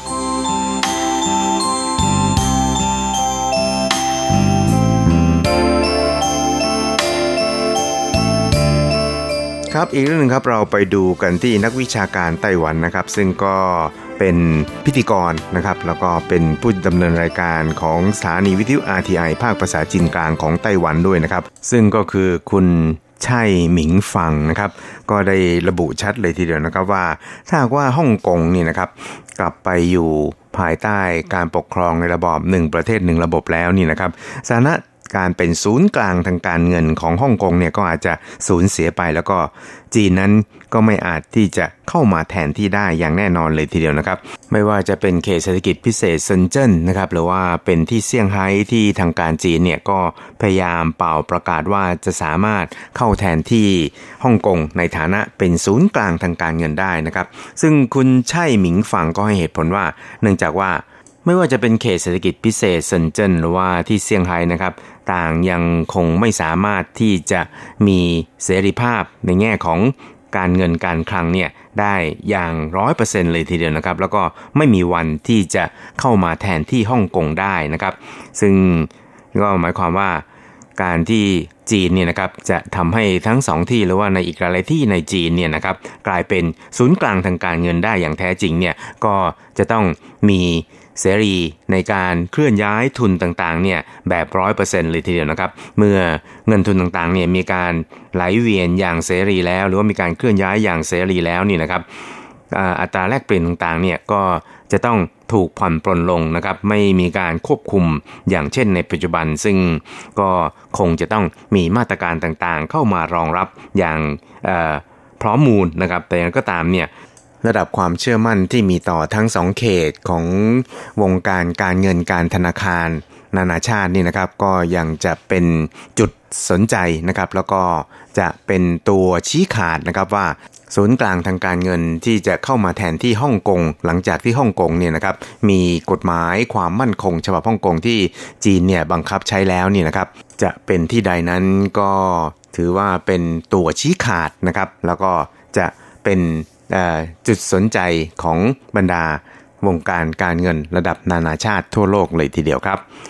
F: ครับอีกเรื่องนึงครับเราไปดูกันที่นักวิชาการไต้หวันนะครับซึ่งก็เป็นพิธีกรนะครับแล้วก็เป็นผู้ดำเนินรายการของสถานีวิทยุ RTI ภาคภาษาจีนกลางของไต้หวันด้วยนะครับซึ่งก็คือคุณไช่หมิงฟังนะครับก็ได้ระบุชัดเลยทีเดียวนะครับว่าถ้าหากว่าฮ่องกงนี่นะครับกลับไปอยู่ภายใต้การปกครองในระบอบ1ประเทศ1ระบบแล้วนี่นะครับสถานะการเป็นศูนย์กลางทางการเงินของฮ่องกงเนี่ยก็อาจจะสูญเสียไปแล้วก็จีนนั้นก็ไม่อาจที่จะเข้ามาแทนที่ได้อย่างแน่นอนเลยทีเดียวนะครับไม่ว่าจะเป็นเขตเศรษฐกิจพิเศษเซินเจิ้นนะครับหรือว่าเป็นที่เซี่ยงไฮ้ที่ทางการจีนเนี่ยก็พยายามเป่าประกาศว่าจะสามารถเข้าแทนที่ฮ่องกงในฐานะเป็นศูนย์กลางทางการเงินได้นะครับซึ่งคุณไช่หมิงฝังก็ให้เหตุผลว่าเนื่องจากว่าไม่ว่าจะเป็นเขตเศรษฐกิจพิเศษเซินเจิ้นหรือว่าที่เซี่ยงไฮ้นะครับต่างยังคงไม่สามารถที่จะมีเสรีภาพในแง่ของการเงินการคลังเนี่ยได้อย่าง 100% เลยทีเดียวนะครับแล้วก็ไม่มีวันที่จะเข้ามาแทนที่ฮ่องกงได้นะครับซึ่งก็หมายความว่าการที่จีนเนี่ยนะครับจะทำให้ทั้งสองที่หรือว่าในอีกหลายที่ในจีนเนี่ยนะครับกลายเป็นศูนย์กลางทางการเงินได้อย่างแท้จริงเนี่ยก็จะต้องมีเสรีในการเคลื่อนย้ายทุนต่างๆเนี่ยแบบ 100% เลยทีเดียวนะครับเมื่อเงินทุนต่างๆเนี่ยมีการไหลเวียนอย่างเสรีแล้วหรือว่ามีการเคลื่อนย้ายอย่างเสรีแล้วนี่นะครับอัตราแลกเปลี่ยนต่างๆเนี่ยก็จะต้องถูกผ่อนปลนลงนะครับไม่มีการควบคุมอย่างเช่นในปัจจุบันซึ่งก็คงจะต้องมีมาตรการต่างๆเข้ามารองรับอย่างพร้อมมูลนะครับแต่อย่างไรก็ตามเนี่ยระดับความเชื่อมั่นที่มีต่อทั้งสองเขตของวงการการเงินการธนาคารนานาชาตินี่นะครับก็ยังจะเป็นจุดสนใจนะครับแล้วก็จะเป็นตัวชี้ขาดนะครับว่าศูนย์กลางทางการเงินที่จะเข้ามาแทนที่ฮ่องกงหลังจากที่ฮ่องกงเนี่ยนะครับมีกฎหมายความมั่นคงฉบับฮ่องกงที่จีนเนี่ยบังคับใช้แล้วนี่นะครับจะเป็นที่ใดนั้นก็ถือว่าเป็นตัวชี้ขาดนะครับแล้วก็จะเป็นจุดสนใจของบรรดาวงการการเงินระดับนานาชาติทั่วโลกเลยทีเดียวครับ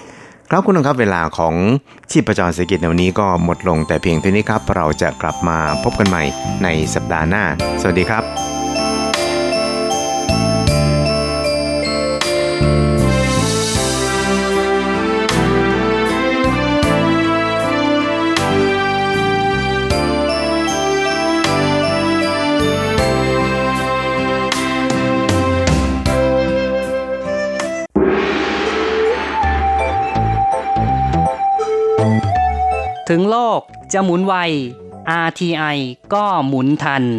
F: ครับคุณผู้ชมครับเวลาของชีพจรเศรษฐกิจในวันนี้ก็หมดลงแต่เพียงเท่านี้ครับเราจะกลับมาพบกันใหม่ในสัปดาห์หน้าสวัสดีครับ
H: ถึงโลกจะหมุนไว RTI ก็หมุนทัน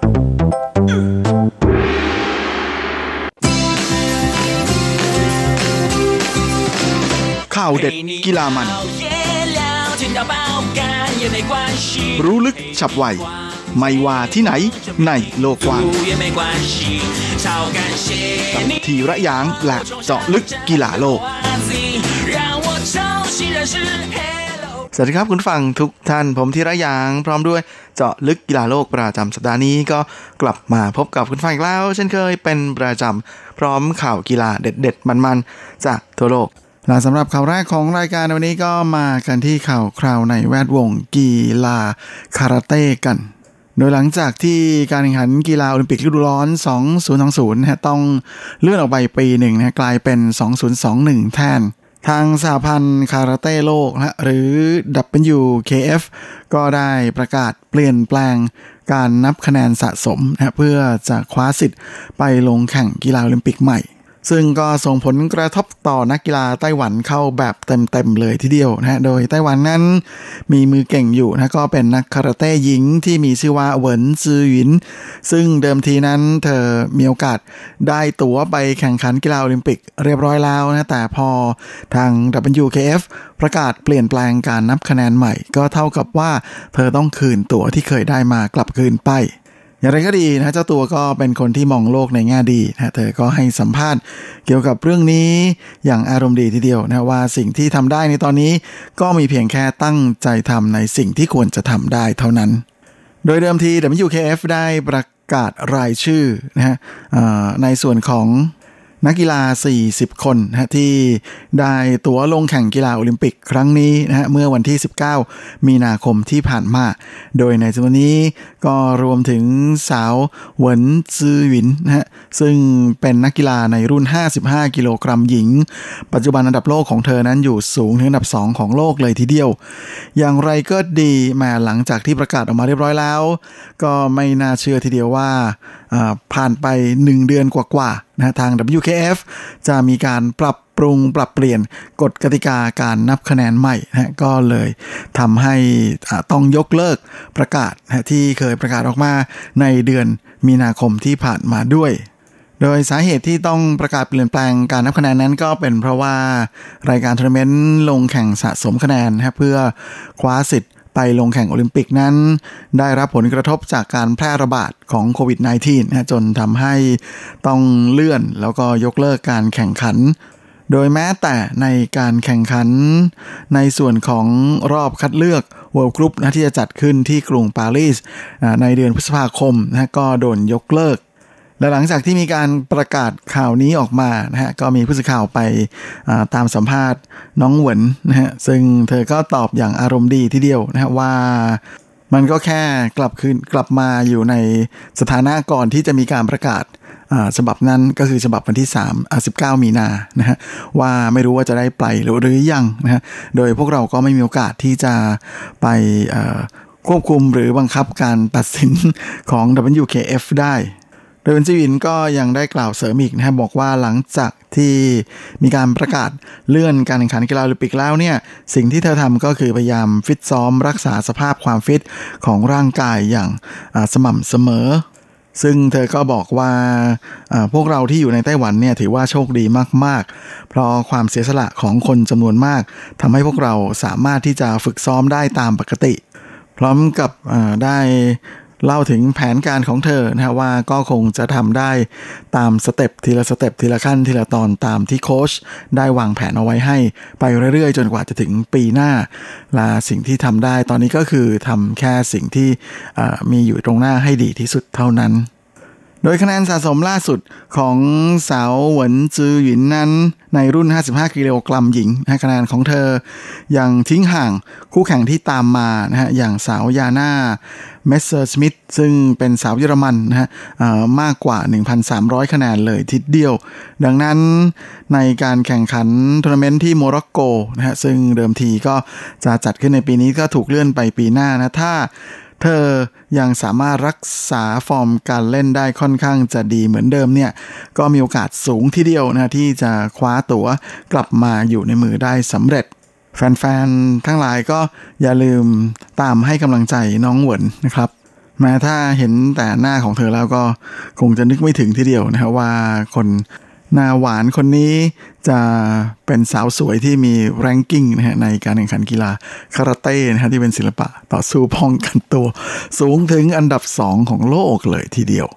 I: ข่าวเด็ดกีฬามันรู้ลึกฉับไวไม่ว่าที่ไหนในโลกกว้างกับทีระยางและเจาะลึกกีฬาโลกสวัสดีครับคุณฟังทุกท่านผมธีระยางพร้อมด้วยเจาะลึกกีฬาโลกประจำสัปดาห์นี้ก็กลับมาพบกับคุณฟังอีกแล้วเช่นเคยเป็นประจำพร้อมข่าวกีฬาเด็ดๆมันๆจากทั่วโลกและสำหรับข่าวแรกของรายการวันนี้ก็มากันที่ข่าวคราวในแวดวงกีฬาคาราเต้กันโดยหลังจากที่การแข่งขันกีฬาโอลิมปิกฤดูร้อน2020ต้องเลื่อนออกไปปีหนึ่งกลายเป็น2021แทนทางสหพันธ์คาราเต้โลกหรือ WKF ก็ได้ประกาศเปลี่ยนแปลงการนับคะแนนสะสมเพื่อจะคว้าสิทธิ์ไปลงแข่งกีฬาโอลิมปิกใหม่ซึ่งก็ส่งผลกระทบต่อนักกีฬาไต้หวันเข้าแบบเต็มๆเลยทีเดียวโดยไต้หวันนั้นมีมือเก่งอยู่ก็เป็นนักคาราเต้หญิงที่มีชื่อว่าเหวินซือหยินซึ่งเดิมทีนั้นเธอมีโอกาสได้ตั๋วไปแข่งขันกีฬาโอลิมปิกเรียบร้อยแล้วแต่พอทาง WKF ประกาศเปลี่ยนแปลงการนับคะแนนใหม่ก็เท่ากับว่าเธอต้องคืนตั๋วที่เคยได้มากลับคืนไปอย่างไรก็ดีเจ้าตัวก็เป็นคนที่มองโลกในแง่ดีเธอก็ให้สัมภาษณ์เกี่ยวกับเรื่องนี้อย่างอารมณ์ดีทีเดียวว่าสิ่งที่ทำได้ในตอนนี้ก็มีเพียงแค่ตั้งใจทำในสิ่งที่ควรจะทำได้เท่านั้นโดยเดิมที WKF ได้ประกาศรายชื่อในส่วนของนักกีฬา40คนที่ได้ตั๋วลงแข่งกีฬาโอลิมปิกครั้งนี้เมื่อวันที่19มีนาคมที่ผ่านมาโดยในจำนวนนี้ก็รวมถึงสาวเหวินซือหยินซึ่งเป็นนักกีฬาในรุ่น55กิโลกรัมหญิงปัจจุบันอันดับโลกของเธอนั้นอยู่สูงถึงอันดับ2ของโลกเลยทีเดียวอย่างไรก็ดีมาหลังจากที่ประกาศออกมาเรียบร้อยแล้วก็ไม่น่าเชื่อทีเดียวว่าผ่านไป1เดือนกว่าทาง WKF จะมีการปรับปรุงปรับเปลี่ยนกฎกติกาการนับคะแนนใหม่ก็เลยทำให้ต้องยกเลิกประกาศที่เคยประกาศออกมาในเดือนมีนาคมที่ผ่านมาด้วยโดยสาเหตุที่ต้องประกาศเปลี่ยนแปลงการนับคะแนนนั้นก็เป็นเพราะว่ารายการทัวร์นาเมนต์ลงแข่งสะสมคะแนนเพื่อคว้าสิทธิ์ไปลงแข่งโอลิมปิกนั้นได้รับผลกระทบจากการแพร่ระบาดของโควิด -19 จนทำให้ต้องเลื่อนแล้วก็ยกเลิกการแข่งขันโดยแม้แต่ในการแข่งขันในส่วนของรอบคัดเลือก World Group ที่จะจัดขึ้นที่กรุงปารีสในเดือนพฤษภาคมก็โดนยกเลิกและหลังจากที่มีการประกาศข่าวนี้ออกมาก็มีผู้สื่อข่าวไปตามสัมภาษณ์น้องเหวินซึ่งเธอก็ตอบอย่างอารมณ์ดีทีเดียวว่ามันก็แค่กลับมาอยู่ในสถานะก่อนที่จะมีการประกาศฉบับนั้นก็คือฉบับวันที่19มีนาว่าไม่รู้ว่าจะได้ไปหรือยังโดยพวกเราก็ไม่มีโอกาสที่จะไปควบคุมหรือบังคับการตัดสินของ WKF ได้โดยเหวินซือหยินก็ยังได้กล่าวเสริมอีกบอกว่าหลังจากที่มีการประกาศเลื่อนการแข่งขันกีฬาโอลิมปิกแล้วเนี่ยสิ่งที่เธอทำก็คือพยายามฟิตซ้อมรักษาสภาพความฟิตของร่างกายอย่างสม่ำเสมอซึ่งเธอก็บอกว่าพวกเราที่อยู่ในไต้หวันเนี่ยถือว่าโชคดีมากๆเพราะความเสียสละของคนจำนวนมากทำให้พวกเราสามารถที่จะฝึกซ้อมได้ตามปกติพร้อมกับได้เล่าถึงแผนการของเธอว่าก็คงจะทำได้ตามสเต็ปทีละขั้นทีละตอนตามที่โค้ชได้วางแผนเอาไว้ให้ไปเรื่อยๆจนกว่าจะถึงปีหน้าและสิ่งที่ทำได้ตอนนี้ก็คือทำแค่สิ่งที่มีอยู่ตรงหน้าให้ดีที่สุดเท่านั้นโดยคะแนนสะสมล่าสุดของสาวเหวินจือหยินนั้นในรุ่น55กิโลกรัมหญิงคะแนนของเธอยังทิ้งห่างคู่แข่งที่ตามมานะฮะอย่างสาวยาน่าเมสเซอร์สมิธซึ่งเป็นสาวเยอรมันนะฮะมากกว่า 1,300 คะแนนเลยทีเดียวดังนั้นในการแข่งขันทัวร์นาเมนต์ที่โมร็อกโกนะฮะซึ่งเดิมทีก็จะจัดขึ้นในปีนี้ก็ถูกเลื่อนไปปีหน้านะถ้าเธอยังสามารถรักษาฟอร์มการเล่นได้ค่อนข้างจะดีเหมือนเดิมเนี่ยก็มีโอกาสสูงทีเดียวนะที่จะคว้าตั๋วกลับมาอยู่ในมือได้สำเร็จแฟนๆทั้งหลายก็อย่าลืมตามให้กำลังใจน้องเหวินนะครับแม้ถ้าเห็นแต่หน้าของเธอแล้วก็คงจะนึกไม่ถึงทีเดียวนะครับว่าคนหน้าหวานคนนี้จะเป็นสาวสวยที่มีแรงกิ้งนะฮะในการแข่งขันกีฬาคาราเต้นะฮะที่เป็นศิลปะต่อสู้ป้องกันตัวสูงถึงอันดับ2ของโลกเลยทีเดียว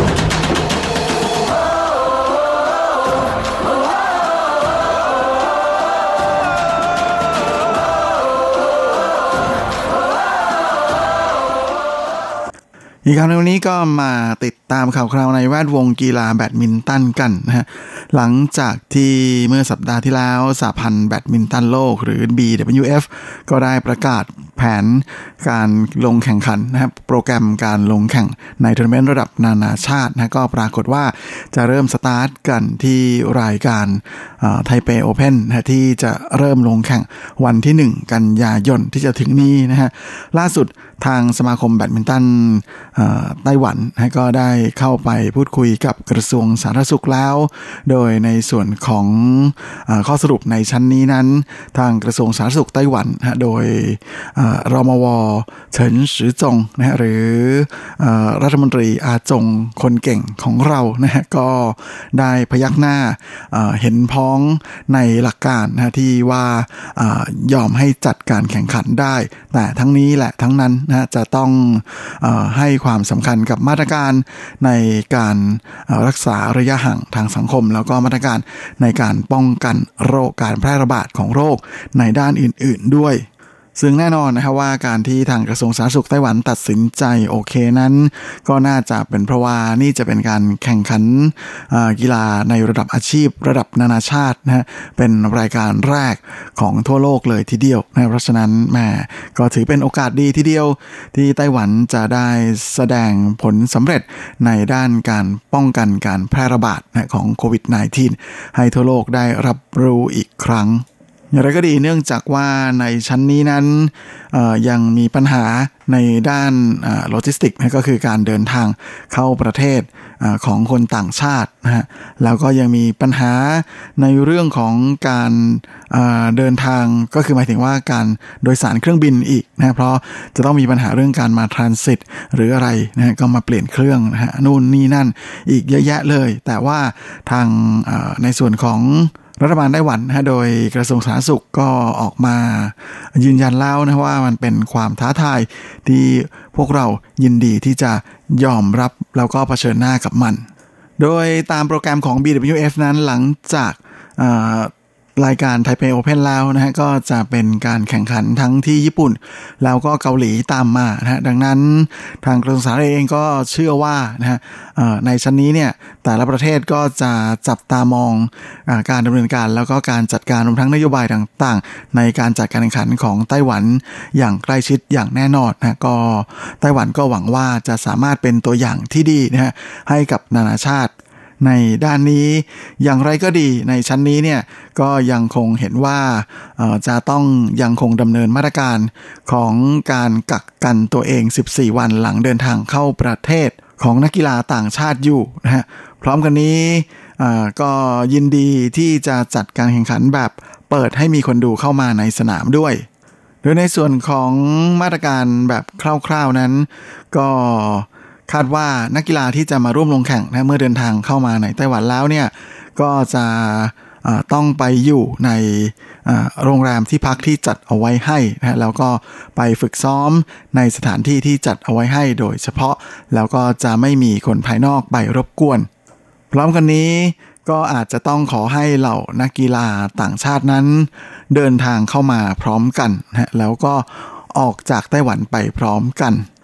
I: อีกครั้งวันนี้ก็มาติดตามข่าวคราวในแวดวงกีฬาแบดมินตันกันนะฮะหลังจากที่เมื่อสัปดาห์ที่แล้วสหพันธ์แบดมินตันโลกหรือ BWF ก็ได้ประกาศแผนการลงแข่งขันนะครับโปรแกรมการลงแข่งในทัวร์นาเมนต์ระดับนานาชาตินะก็ปรากฏว่าจะเริ่มสตาร์ทกันที่รายการไทเปโอเพ่นนะที่จะเริ่มลงแข่งวันที่1กันยายนที่จะถึงนี้นะฮะล่าสุดทางสมาคมแบดมินตันไต้หวันนะก็ได้เข้าไปพูดคุยกับกระทรวงสาธารณสุขแล้วโดยในส่วนของข้อสรุปในชั้นนี้นั้นทางกระทรวงสาธารณสุขไต้หวันนะโดยรมว.เฉินซือจงนะหรือรัฐมนตรีอาจงคนเก่งของเรานะฮะก็ได้พยักหน้าเห็นพ้องในหลักการนะที่ว่ายอมให้จัดการแข่งขันได้แต่ทั้งนี้แหละทั้งนั้นนะจะต้องให้ความสำคัญกับมาตรการในการรักษาระยะห่างทางสังคมแล้วก็มาตรการในการป้องกันโรคการแพร่ระบาดของโรคในด้านอื่นๆด้วยซึ่งแน่นอนนะครับว่าการที่ทางกระทรวงสาธารณสุขไต้หวันตัดสินใจโอเคนั้นก็น่าจะเป็นเพราะว่านี่จะเป็นการแข่งขันกีฬาในระดับอาชีพระดับนานาชาตินะฮะเป็นรายการแรกของทั่วโลกเลยทีเดียวนะเพราะฉะนั้นแม่ก็ถือเป็นโอกาสดีทีเดียวที่ไต้หวันจะได้แสดงผลสำเร็จในด้านการป้องกันการแพร่ระบาดของโควิด -19 ให้ทั่วโลกได้รับรู้อีกครั้งอย่างไรก็ดีเนื่องจากว่าในชั้นนี้นั้นยังมีปัญหาในด้านโลจิสติกส์ก็คือการเดินทางเข้าประเทศของคนต่างชาตินะฮะแล้วก็ยังมีปัญหาในเรื่องของการเดินทางก็คือหมายถึงว่าการโดยสารเครื่องบินอีกนะเพราะจะต้องมีปัญหาเรื่องการมาทรานสิตหรืออะไรนะก็มาเปลี่ยนเครื่องนะฮะนู่นนี่นั่นอีกเยอะแยะเลยแต่ว่าทางในส่วนของรัฐบาลไต้หวันนะโดยกระทรวงสาธารณสุขก็ออกมายืนยันแล้วนะว่ามันเป็นความท้าทายที่พวกเรายินดีที่จะยอมรับแล้วก็เผชิญหน้ากับมันโดยตามโปรแกรมของ BWF นั้นหลังจากรายการไทเปโอเพ่นแล้วนะฮะก็จะเป็นการแข่งขันทั้งที่ญี่ปุ่นแล้วก็เกาหลีตามมานะฮะดังนั้นทางกระทรวงสาธารณสุขเองก็เชื่อว่านะฮะในชั้นนี้เนี่ยแต่ละประเทศก็จะจับตามองการดำเนินการแล้วก็การจัดการรวมทั้งนโยบายต่างๆในการจัดการแข่งขันของไต้หวันอย่างใกล้ชิดอย่างแน่นอนนะก็ไต้หวันก็หวังว่าจะสามารถเป็นตัวอย่างที่ดีนะฮะให้กับนานาชาติในด้านนี้อย่างไรก็ดีในชั้นนี้เนี่ยก็ยังคงเห็นว่าจะต้องยังคงดำเนินมาตรการของการกักกันตัวเอง14วันหลังเดินทางเข้าประเทศของนักกีฬาต่างชาติอยู่นะฮะพร้อมกันนี้ก็ยินดีที่จะจัดการแข่งขันแบบเปิดให้มีคนดูเข้ามาในสนามด้วยโดยในส่วนของมาตรการแบบคร่าวๆนั้นก็คาดว่านักกีฬาที่จะมาร่วมลงแข่งนะเมื่อเดินทางเข้ามาในไต้หวันแล้วเนี่ยก็จะต้องไปอยู่ในโรงแรมที่พักที่จัดเอาไว้ให้นะแล้วก็ไปฝึกซ้อมในสถานที่ที่จัดเอาไว้ให้โดยเฉพาะแล้วก็จะไม่มีคนภายนอกไปรบกวนพร้อมกันนี้ก็อาจจะต้องขอให้เหล่านักกีฬาต่างชาตินั้นเดินทางเข้ามาพร้อมกันนะแล้วก็ออกจากไต้หวันไปพร้อมกัน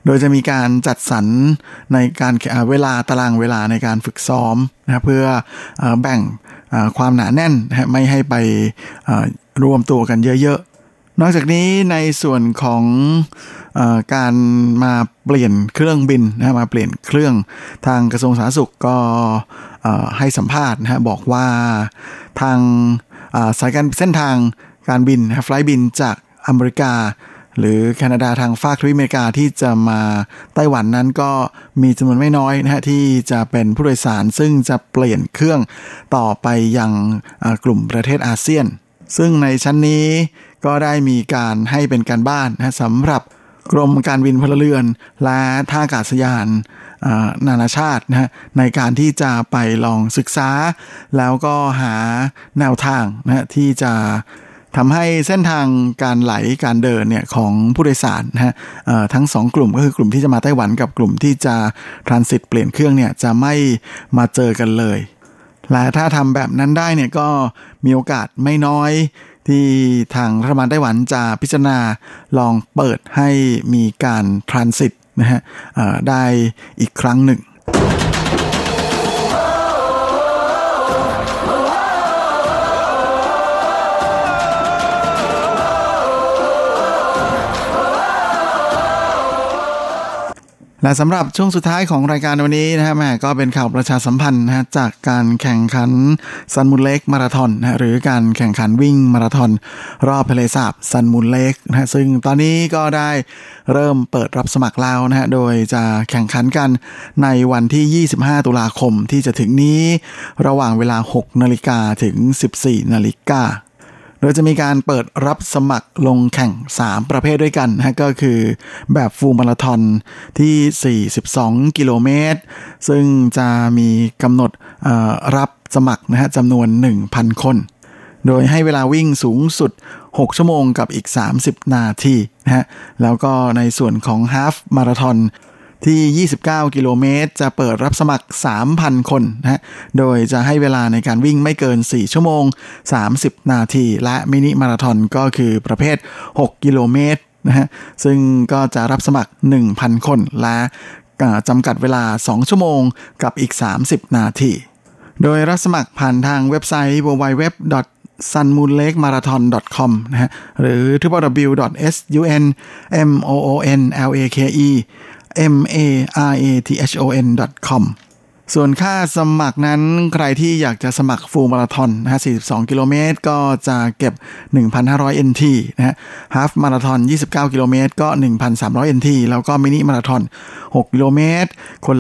I: โดยจะมีการจัดสรรในการเวลาตารางเวลาในการฝึกซ้อมนะเพื่อแบ่งความหนาแน่นนะไม่ให้ไปรวมตัวกันเยอะๆนอกจากนี้ในส่วนของการมาเปลี่ยนเครื่องบินนะมาเปลี่ยนเครื่องทางกระทรวงสาธารณสุขก็ให้สัมภาษณ์นะบอกว่าทางสายการเส้นทางการบินไฟล์บินจากอเมริกาหรือแคนาดาทางฝั่งทวีปอเมริกาที่จะมาไต้หวันนั้นก็มีจำนวนไม่น้อยนะฮะที่จะเป็นผู้โดยสารซึ่งจะเปลี่ยนเครื่องต่อไปยังกลุ่มประเทศอาเซียนซึ่งในชั้นนี้ก็ได้มีการให้เป็นการบ้านนะสำหรับกรมการบินพลเรือนและท่าอากาศยานนานาชาตินะฮะในการที่จะไปลองศึกษาแล้วก็หาแนวทางนะที่จะทำให้เส้นทางการไหลการเดินเนี่ยของผู้โดยสารนะฮะทั้ง2กลุ่มก็คือกลุ่มที่จะมาไต้หวันกับกลุ่มที่จะทรานสิตเปลี่ยนเครื่องเนี่ยจะไม่มาเจอกันเลยและถ้าทำแบบนั้นได้เนี่ยก็มีโอกาสไม่น้อยที่ทางรัฐบาลไต้หวันจะพิจารณาลองเปิดให้มีการทรานสิตนะฮะได้อีกครั้งหนึ่งและสำหรับช่วงสุดท้ายของรายการวันนี้นะฮะแม่ก็เป็นข่าวประชาสัมพันธ์นะฮะจากการแข่งขันซันมูนเลคมาราธอนนะหรือการแข่งขันวิ่งมาราธอนรอบทะเลสาบซันมูนเลคนะฮะซึ่งตอนนี้ก็ได้เริ่มเปิดรับสมัครแล้วนะฮะโดยจะแข่งขันกันในวันที่25ตุลาคมที่จะถึงนี้ระหว่างเวลา 6 นาฬิกาถึง 14 นาฬิกาโดยจะมีการเปิดรับสมัครลงแข่ง3ประเภทด้วยกันนะก็คือแบบฟูลมาราธอนที่42กิโลเมตรซึ่งจะมีกำหนดรับสมัครนะฮะจำนวน 1,000 คนโดยให้เวลาวิ่งสูงสุด6ชั่วโมงกับอีก30นาทีนะฮะแล้วก็ในส่วนของฮาล์ฟมาราธอนที่29กิโลเมตรจะเปิดรับสมัคร 3,000 คนนะฮะโดยจะให้เวลาในการวิ่งไม่เกิน4ชั่วโมง30นาทีและมินิมาราธอนก็คือประเภท6กิโลเมตรนะฮะซึ่งก็จะรับสมัคร 1,000 คนและจำกัดเวลา2ชั่วโมงกับอีก30นาทีโดยรับสมัครผ่านทางเว็บไซต์ www.sunmoonlakemarathon.com นะฮะหรือ www.sunmoonlakemarathon.com ส่วนค่าสมัครนั้นใครที่อยากจะสมัครฟูลมาราธอนนะฮะ42กิโลเมตรก็จะเก็บ 1,500 NT นะฮะฮาล์ฟมาราธอน29กิโลเมตรก็ 1,300 NT แล้วก็มินิมาราธอน6กิโลเมตรคนละ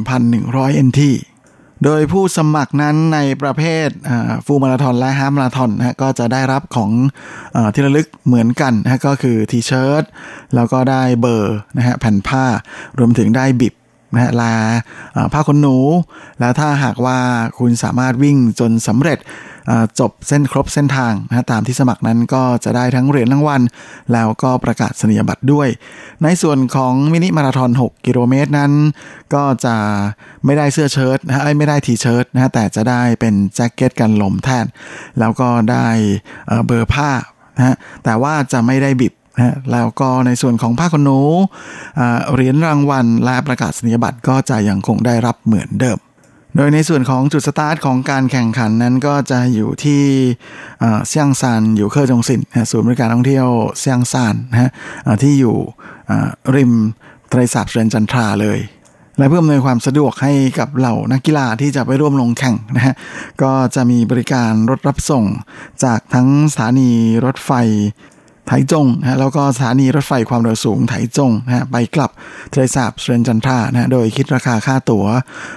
I: 1,100 NT โดยผู้สมัครนั้นในประเภทฟูลมาราธอนและฮาล์ฟมาราธอนนะฮะก็จะได้รับของที่ระลึกเหมือนกันนะฮะก็คือทีเชิ้ตแล้วก็ได้เบอร์นะฮะแผ่นผ้ารวมถึงได้บิบนะฮะลาผ้าขนหนูแล้วถ้าหากว่าคุณสามารถวิ่งจนสำเร็จจบครบเส้นทางนะตามที่สมัครนั้นก็จะได้ทั้งเหรียญรางวัลแล้วก็ประกาศนียบัตรด้วยในส่วนของมินิมาราธอน6กิโลเมตรนั้นก็จะไม่ได้เสื้อเชิ้ตนะฮะไม่ได้ทีเชิ้ตนะฮะแต่จะได้เป็นแจ็คเก็ตกันลมแทนแล้วก็ได้เบอร์ผ้านะฮะแต่ว่าจะไม่ได้บิบนะแล้วก็ในส่วนของผ้าขนหนูเหรียญรางวัลและประกาศนียบัตรก็จะยังคงได้รับเหมือนเดิมโดยในส่วนของจุดสตาร์ทของการแข่งขันนั้นก็จะอยู่ที่เซี่ยงซานอยู่เคอร์จงซินศูนย์บริการท่องเที่ยวเซี่ยงซานนะฮะที่อยู่ริมทะเลสาบเซินจันทราเลยและเพื่ออำนวยความสะดวกให้กับเหล่านักกีฬาที่จะไปร่วมลงแข่งนะฮะก็จะมีบริการรถรับส่งจากทั้งสถานีรถไฟไถจงนะแล้วก็สถานีรถไฟความเร็วสูงไถจงนะไปกลับทะเลสาบเซินจันทรานะโดยคิดราคาค่าตั๋ว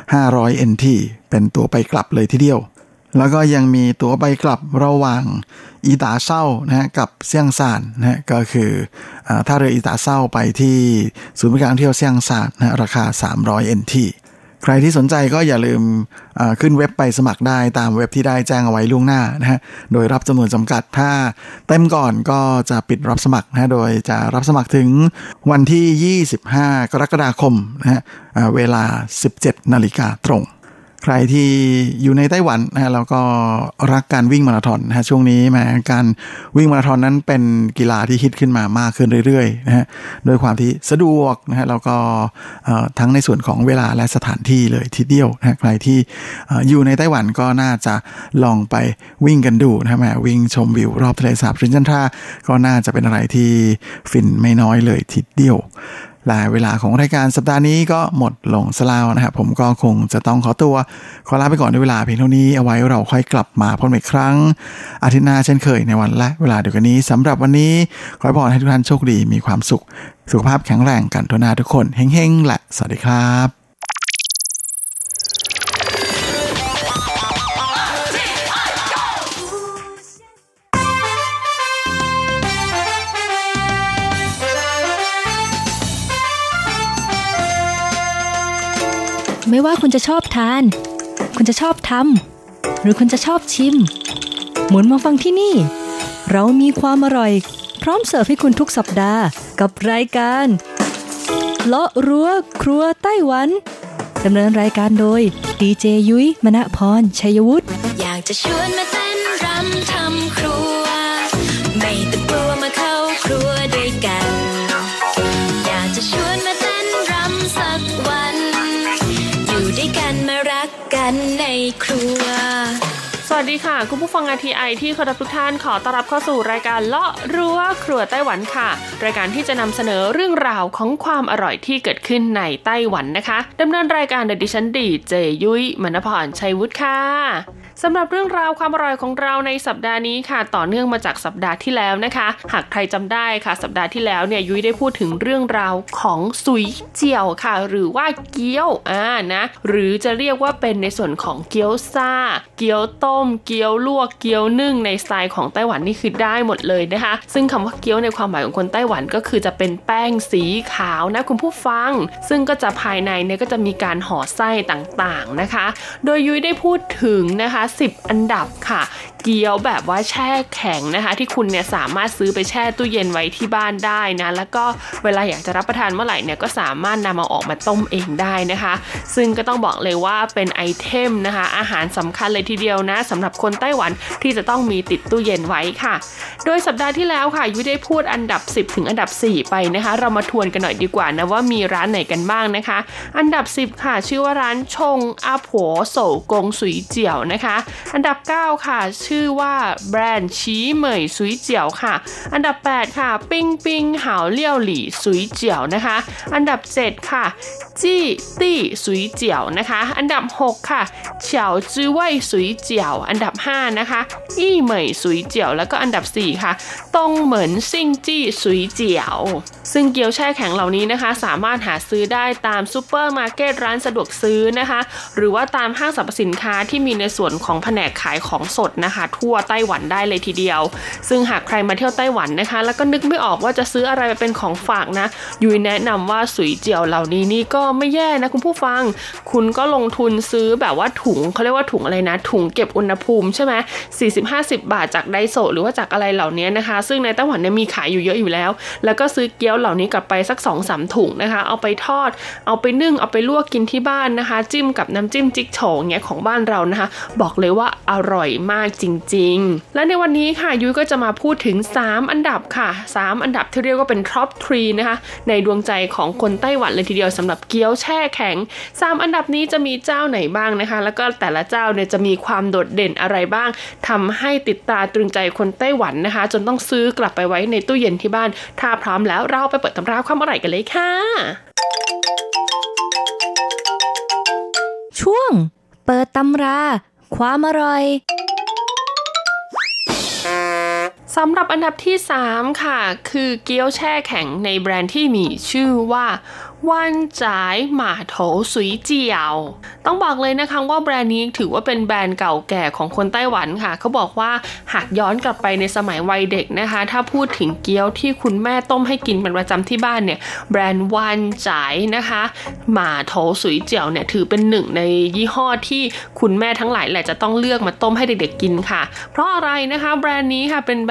I: 500 NT เป็นตั๋วไปกลับเลยทีเดียวแล้วก็ยังมีตั๋วไปกลับระหว่างอีตาเซ่านะกับเซี่ยงซานนะก็คือท่าเรืออีตาเซ่าไปที่ศูนย์บริการท่องเที่ยวเซี่ยงซานนะราคา300 NTใครที่สนใจก็อย่าลืมขึ้นเว็บไปสมัครได้ตามเว็บที่ได้แจ้งเอาไว้ล่วงหน้านะฮะโดยรับจำนวนจำกัดถ้าเต็มก่อนก็จะปิดรับสมัครนะโดยจะรับสมัครถึงวันที่25กรกฎาคมนะฮะเวลา 17 นาฬิกาตรงใครที่อยู่ในไต้หวันนะฮะแล้วก็รักการวิ่งมาราธอนนะฮะช่วงนี้แม้การวิ่งมาราธอนนั้นเป็นกีฬาที่ฮิตขึ้นมามากขึ้นเรื่อยๆนะฮะโดยความที่สะดวกนะฮะแล้วก็ทั้งในส่วนของเวลาและสถานที่เลยทีเดียวนะฮะใครที่อยู่ในไต้หวันก็น่าจะลองไปวิ่งกันดูนะฮะวิ่งชมวิวรอบทะเลสาบซินจันทราก็น่าจะเป็นอะไรที่ฟินไม่น้อยเลยทีเดียวและเวลาของรายการสัปดาห์นี้ก็หมดลงซะแล้วนะครับผมก็คงจะต้องขอลาไปก่อนด้วยเวลาเพียงเท่านี้เอาไว้เราค่อยกลับมาพบกันอีกครั้งอาทิตย์หน้าเช่นเคยในวันและเวลาเดียวกันนี้สำหรับวันนี้ขอให้พรให้ทุกท่านโชคดีมีความสุขสุขภาพแข็งแรงกันทั่วหน้าทุกคนเฮงๆและสวัสดีครับ
J: ไม่ว่าคุณจะชอบทานคุณจะชอบทำหรือคุณจะชอบชิมหมุนมาฟังที่นี่เรามีความอร่อยพร้อมเสิร์ฟให้คุณทุกสัปดาห์กับรายการเลาะรั้วครัวไต้หวันดำเนินรายการโดยดีเจยุ้ยมณพรชัยวุฒิ
K: อยากจะชวนมาเต้นรำทำครัวไม่ต้องกลัวมาเข้าครัวด้วยกันอยากจะชวนมาเต้นรำสักวันด้วยกันมารักกันในครัว
C: สวัสดีค่ะคุณผู้ฟัง RTI ที่เคารพทุกท่านขอต้อนรับเข้าสู่รายการเลาะรั้วครัวไต้หวันค่ะรายการที่จะนำเสนอเรื่องราวของความอร่อยที่เกิดขึ้นในไต้หวันนะคะดำเนินรายการโดยดิฉันดีเจยุ้ยมณพรชัยวุฒิค่ะสำหรับเรื่องราวความอร่อยของเราในสัปดาห์นี้ค่ะต่อเนื่องมาจากสัปดาห์ที่แล้วนะคะหากใครจำได้ค่ะสัปดาห์ที่แล้วเนี่ยยุ้ยได้พูดถึงเรื่องราวของซุยเจียวค่ะหรือว่าเกี๊ยวนะหรือจะเรียกว่าเป็นในส่วนของเกี๊ยวซ่าเกี๊ยวต้มเกี๊ยวลวกเกี๊ยวนึ่งในสไตล์ของไต้หวันนี่คือได้หมดเลยนะคะซึ่งคำว่าเกี๊ยวในความหมายของคนไต้หวันก็คือจะเป็นแป้งสีขาวนะคุณผู้ฟังซึ่งก็จะภายในเนี่ยก็จะมีการห่อไส้ต่างๆนะคะโดยยุ้ยได้พูดถึงนะคะ10 อันดับค่ะเกี๊ยวแบบว่าแช่แข็งนะคะที่คุณเนี่ยสามารถซื้อไปแช่ตู้เย็นไว้ที่บ้านได้นะแล้วก็เวลาอยากจะรับประทานเมื่อไหร่เนี่ยก็สามารถนำมาออกมาต้มเองได้นะคะซึ่งก็ต้องบอกเลยว่าเป็นไอเทมนะคะอาหารสำคัญเลยทีเดียวนะสำหรับคนไต้หวันที่จะต้องมีติดตู้เย็นไว้ค่ะโดยสัปดาห์ที่แล้วค่ะยุ้ยได้พูดอันดับ10ถึงอันดับ4ไปนะคะเรามาทวนกันหน่อยดีกว่านะว่ามีร้านไหนกันบ้างนะคะอันดับ10ค่ะชื่อว่าร้านชงอาผัวโสกงสุยเจียวนะคะอันดับ9ค่ะชื่อว่าแบรนด์ชีเหมยสุยเจียวค่ะอันดับ8ค่ะปิ้งปิ้งหาวเลี่ยวหลี่สุยเจียวนะคะอันดับ7ค่ะจี้ตี้สุยเจียวนะคะอันดับ6ค่ะเฉาจื้อเว่ยสุยเจียวอันดับ5นะคะอี้เหมยสุยเจียวแล้วก็อันดับ4ค่ะตงเหมินซิ่งจี้สุยเจียวซึ่งเกี๊ยวแช่แข็งเหล่านี้นะคะสามารถหาซื้อได้ตามซุปเปอร์มาร์เก็ตร้านสะดวกซื้อนะคะหรือว่าตามห้างสรรพสินค้าที่มีในส่วนของแผนกขายของสดนะคะทั่วไต้หวันได้เลยทีเดียวซึ่งหากใครมาเที่ยวไต้หวันนะคะแล้วก็นึกไม่ออกว่าจะซื้ออะไรไปเป็นของฝากนะยุ้ยแนะนำว่าสุยเจียวเหล่านี้นี่ก็ไม่แย่นะคุณผู้ฟังคุณก็ลงทุนซื้อแบบว่าถุงเขาเรียกว่าถุงอะไรนะถุงเก็บอุณหภูมิใช่ไหม40-50 บาทจากไดโซะหรือว่าจากอะไรเหล่านี้นะคะซึ่งในไต้หวันเนี่ยมีขายอยู่เยอะอยู่แล้วแล้วก็ซื้อเกี๊ยวเหล่านี้กลับไปสัก 2-3 ถุงนะคะเอาไปทอดเอาไปนึ่งเอาไปลวกกินที่บ้านนะคะจิ้มกับน้ำจิ้มจิ๊กโฉงเนี่ยของบ้านเรานะคะบอกเลยว่าอร่อยมากจริงๆและในวันนี้ค่ะยุ้ยก็จะมาพูดถึง3 อันดับค่ะ3 อันดับที่เรียกว่าเป็นท็อป 3นะคะในดวงใจของคนไต้หวันเลยทีเดียวสำหรับเกี๊ยวแช่แข็ง3 อันดับนี้จะมีเจ้าไหนบ้างนะคะแล้วก็แต่ละเจ้าเนี่ยจะมีความโดดเด่นอะไรบ้างทำให้ติดตาตรึงใจคนไต้หวันนะคะจนต้องซื้อกลับไปไว้ในตู้เย็นที่บ้านถ้าพร้อมแล้วเราไปเปิดตำราความอร่อยกันเลยค่ะ
J: ช่วงเปิดตำราความอร่อย
C: สำหรับอันดับที่3ค่ะคือเกี๊ยวแช่แข็งในแบรนด์ที่มีชื่อว่าวันจ่ายหม่าโถสุยเจียวต้องบอกเลยนะคะว่าแบรนด์นี้ถือว่าเป็นแบรนด์เก่าแก่ของคนไต้หวันค่ะเขาบอกว่าหากย้อนกลับไปในสมัยวัยเด็กนะคะถ้าพูดถึงเกี๊ยวที่คุณแม่ต้มให้กินเป็นประจำที่บ้านเนี่ยแบรนด์วันจ่ายนะคะหม่าโถสุยเจียวเนี่ยถือเป็นหนึ่งในยี่ห้อที่คุณแม่ทั้งหลายแหละจะต้องเลือกมาต้มให้เด็กๆกินค่ะเพราะอะไรนะคะแบรนด์นี้ค่ะเป็นแบร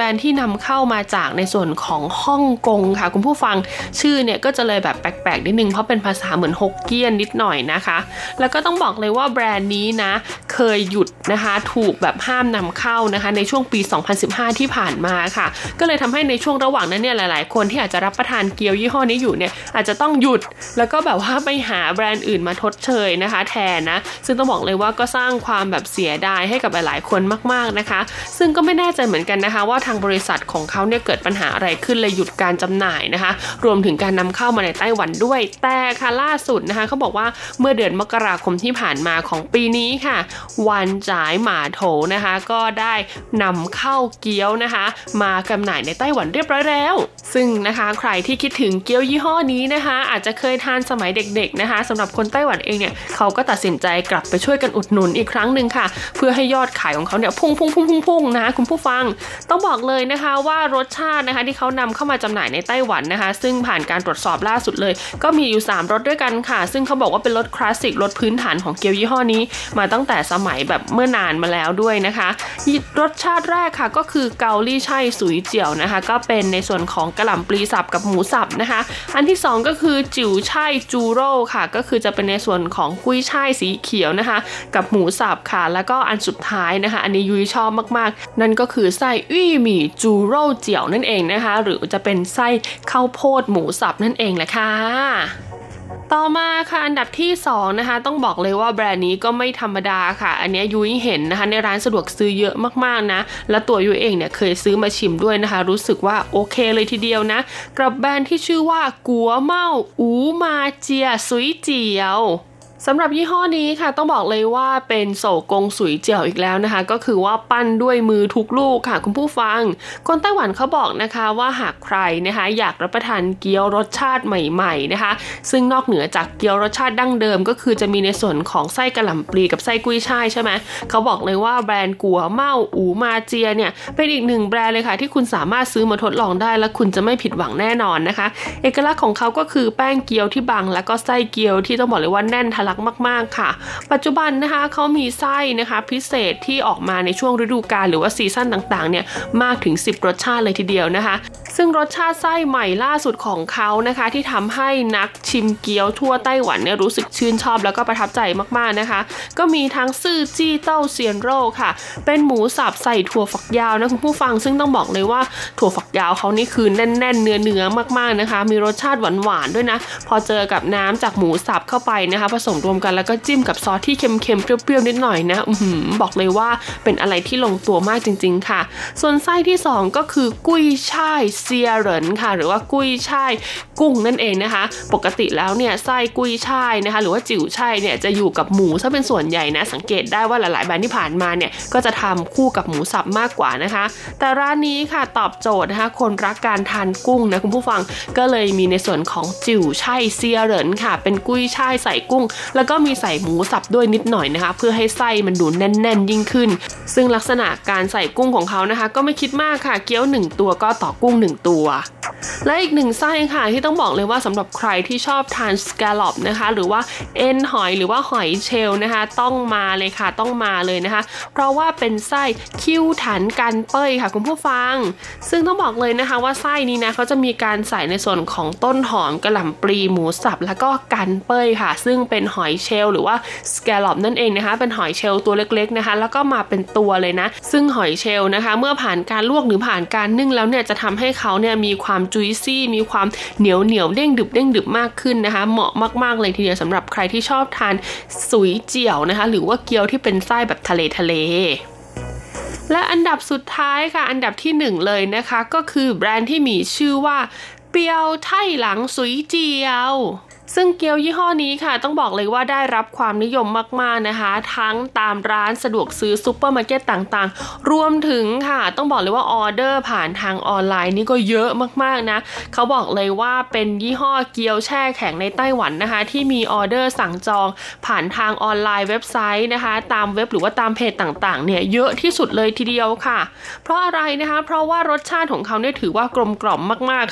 C: นด์ที่นำเข้ามาจากในส่วนของฮ่องกงค่ะคุณผู้ฟังชื่อเนี่ยก็จะเลยแบบแปลกๆนิดนึงเพราะเป็นภาษาเหมือนฮกเกี้ยนนิดหน่อยนะคะแล้วก็ต้องบอกเลยว่าแบรนด์นี้นะเคยหยุดนะคะถูกแบบห้ามนำเข้านะคะในช่วงปี 2015 ที่ผ่านมาค่ะก็เลยทำให้ในช่วงระหว่างนั้นเนี่ยหลายๆคนที่อาจจะรับประทานเกี๊ยวยี่ห้อนี้อยู่เนี่ยอาจจะต้องหยุดแล้วก็แบบว่าไปหาแบรนด์อื่นมาทดเชยนะคะแทนนะซึ่งต้องบอกเลยว่าก็สร้างความแบบเสียดายให้กับหลายๆคนมากๆนะคะซึ่งก็ไม่แน่ใจเหมือนกันนะคะว่าทางบริษัทของเขาเนี่ยเกิดปัญหาอะไรขึ้นเลยหยุดการจำหน่ายนะคะรวมถึงการนำเข้ามาในไต้หวันด้วยแต่ค่ะล่าสุดนะคะเขาบอกว่าเมื่อเดือนมกราคมที่ผ่านมาของปีนี้ค่ะวันจ่ายหมาโถนะคะก็ได้นำเข้าเกี๊ยวนะคะมาจำหน่ายในไต้หวันเรียบร้อยแล้วซึ่งนะคะใครที่คิดถึงเกี๊ยวยี่ห้อนี้นะคะอาจจะเคยทานสมัยเด็กๆนะคะสำหรับคนไต้หวันเองเนี่ยเขาก็ตัดสินใจกลับไปช่วยกันอุดหนุนอีกครั้งหนึ่งค่ะเพื่อให้ยอดขายของเขาเนี่ยพุ่งนะคะคุณผู้ฟังต้องบอกเลยนะคะว่ารสชาตินะคะที่เขานำเข้ามาจำหน่ายในไต้หวันนะคะซึ่งผ่านการตรวจสอบล่าสุดเลยก็มีอยู่3รสด้วยกันค่ะซึ่งเขาบอกว่าเป็นรสคลาสสิกรสพื้นฐานของเกี๊ยวยี่ห้อนี้มาตั้งแต่สมัยแบบเมื่อนานมาแล้วด้วยนะคะรสชาติแรกค่ะก็คือเกาลี่ไช่สุยเจียวนะคะก็เป็นในส่วนของกะหล่ำปลีสับกับหมูสับนะคะอันที่2ก็คือจิ๋วไช่จูโร่ค่ะก็คือจะเป็นในส่วนของกุ้ยช่ายสีเขียวนะคะกับหมูสับค่ะแล้วก็อันสุดท้ายนะคะอันนี้ยุ้ยชอบมากๆนั่นก็คือไส้อี้หมี่จูโร่เจียวนั่นเองนะคะหรือจะเป็นไส้ข้าวโพดหมูสับนั่นเองแหละค่ะต่อมาค่ะอันดับที่2นะคะต้องบอกเลยว่าแบรนด์นี้ก็ไม่ธรรมดาค่ะอันนี้ยุ้ยเห็นนะคะในร้านสะดวกซื้อเยอะมากๆนะและตัวยุ้ยเองเนี่ยเคยซื้อมาชิมด้วยนะคะรู้สึกว่าโอเคเลยทีเดียวนะกับแบรนด์ที่ชื่อว่ากัวเม่าอูมาเจียซุยเจียวสำหรับยี่ห้อนี้ค่ะต้องบอกเลยว่าเป็นโศกงสุยเจียวอีกแล้วนะคะก็คือว่าปั้นด้วยมือทุกลูกค่ะคุณผู้ฟังคนไต้หวันเขาบอกนะคะว่าหากใครนะคะอยากรับประทานเกี๊ยวรสชาติใหม่ๆนะคะซึ่งนอกเหนือจากเกี๊ยวรสชาติดั้งเดิมก็คือจะมีในส่วนของไส้กะหล่ำปลีกับไส้กุ้ยช่ายใช่ไหมเขาบอกเลยว่าแบรนด์กัวเม่าอูมาเจียเนี่ยเป็นอีกหนึ่งแบรนด์เลยค่ะที่คุณสามารถซื้อมาทดลองได้และคุณจะไม่ผิดหวังแน่นอนนะคะเอกลักษณ์ของเขาก็คือแป้งเกี๊ยวที่บางแล้วก็ไส้เกี๊ยวที่ต้องบอกเลยว่าแน่นทะลักมากๆค่ะปัจจุบันนะคะเขามีไส้นะคะพิเศษที่ออกมาในช่วงฤดูกาลหรือว่าซีซั่นต่างๆเนี่ยมากถึง10รสชาติเลยทีเดียวนะคะซึ่งรสชาติไส้ใหม่ล่าสุดของเขานะคะที่ทำให้นักชิมเกี๊ยวทั่วไต้หวันเนี่ยรู้สึกชื่นชอบแล้วก็ประทับใจมากๆนะคะก็มีทั้งซื่อจี้เต้าเซียนโร่ค่ะเป็นหมูสับใส่ถั่วฝักยาวนะคุณผู้ฟังซึ่งต้องบอกเลยว่าถั่วฝักยาวเขานี่คือแน่นๆเนื้อมากๆนะคะมีรสชาติหวานๆด้วยนะพอเจอกับน้ำจากหมูสับเข้าไปนะคะผสมรวมกันแล้วก็จิ้มกับซอสที่เค็มๆเปรี้ยวๆนิดหน่อยนะบอกเลยว่าเป็นอะไรที่ลงตัวมากจริงๆค่ะส่วนไส้ที่2ก็คือกุ้ยช่ายเซียเหรินค่ะหรือว่ากุ้ยช่ายกุ้งนั่นเองนะคะปกติแล้วเนี่ยไส้กุ้ยช่ายนะคะหรือว่าจิ๋วช่ายเนี่ยจะอยู่กับหมูซะเป็นส่วนใหญ่นะสังเกตได้ว่าหลายๆแบรนด์ที่ผ่านมาเนี่ยก็จะทำคู่กับหมูสับมากกว่านะคะแต่ร้านนี้ค่ะตอบโจทย์นะคะคนรักการทานกุ้งนะคุณผู้ฟังก็เลยมีในส่วนของจิ๋วช่ายเซียเหรินค่ะเป็นกุ้ยช่ายใส่กุ้งแล้วก็มีใส่หมูสับด้วยนิดหน่อยนะคะเพื่อให้ไส้มันดูแน่นๆยิ่งขึ้นซึ่งลักษณะการใส่กุ้งของเขานะคะก็ไม่คิดมากค่ะเกี๊ยว1ตัวก็ต่อกุ้ง1ตัวและอีก1ไส้ค่ะที่ต้องบอกเลยว่าสำหรับใครที่ชอบทานสแกลลอปนะคะหรือว่าเอ็นหอยหรือว่าหอยเชลล์นะคะต้องมาเลยค่ะต้องมาเลยนะคะเพราะว่าเป็นไส้คิวถันกันเป้ยค่ะคุณผู้ฟังซึ่งต้องบอกเลยนะคะว่าไส้นี้นะเขาจะมีการใส่ในส่วนของต้นหอมกะหล่ำปลีหมูสับแล้วก็กันเป้ยค่ะซึ่งเป็นหอยเชลล์หรือว่าสแกลลอปนั่นเองนะคะเป็นหอยเชลล์ตัวเล็กๆนะคะแล้วก็มาเป็นตัวเลยนะซึ่งหอยเชลล์นะคะเมื่อผ่านการลวกหรือผ่านการนึ่งแล้วเนี่ยจะทำให้เขาเนี่ยมีความจุยซี่มีความเหนียวเด้งดึบมากขึ้นนะคะเหมาะมากๆเลยทีเดียวสำหรับใครที่ชอบทานสุยเจียวนะคะหรือว่าเกี๊ยวที่เป็นไส้แบบทะเลและอันดับสุดท้ายค่ะอันดับที่1เลยนะคะก็คือแบรนด์ที่มีชื่อว่าเปียวไท่หลังสุยเจียวซึ่งเกี๊ยวยี่ห้อนี้ค่ะต้องบอกเลยว่าได้รับความนิยมมากๆนะคะทั้งตามร้านสะดวกซื้อซุปเปอร์มาร์เก็ตต่างๆรวมถึงค่ะต้องบอกเลยว่าออเดอร์ผ่านทางออนไลน์นี่ก็เยอะมากๆนะเขาบอกเลยว่าเป็นยี่ห้อเกี๊ยวแช่แข็งในไต้หวันนะคะที่มีออเดอร์สั่งจองผ่านทางออนไลน์เว็บไซต์นะคะตามเว็บหรือว่าตามเพจต่างๆเนี่ยเยอะที่สุดเลยทีเดียวค่ะเพราะอะไรนะคะเพราะว่ารสชาติของเขาเนี่ยถือว่ากลมกล่อมมากๆค่ะที่ส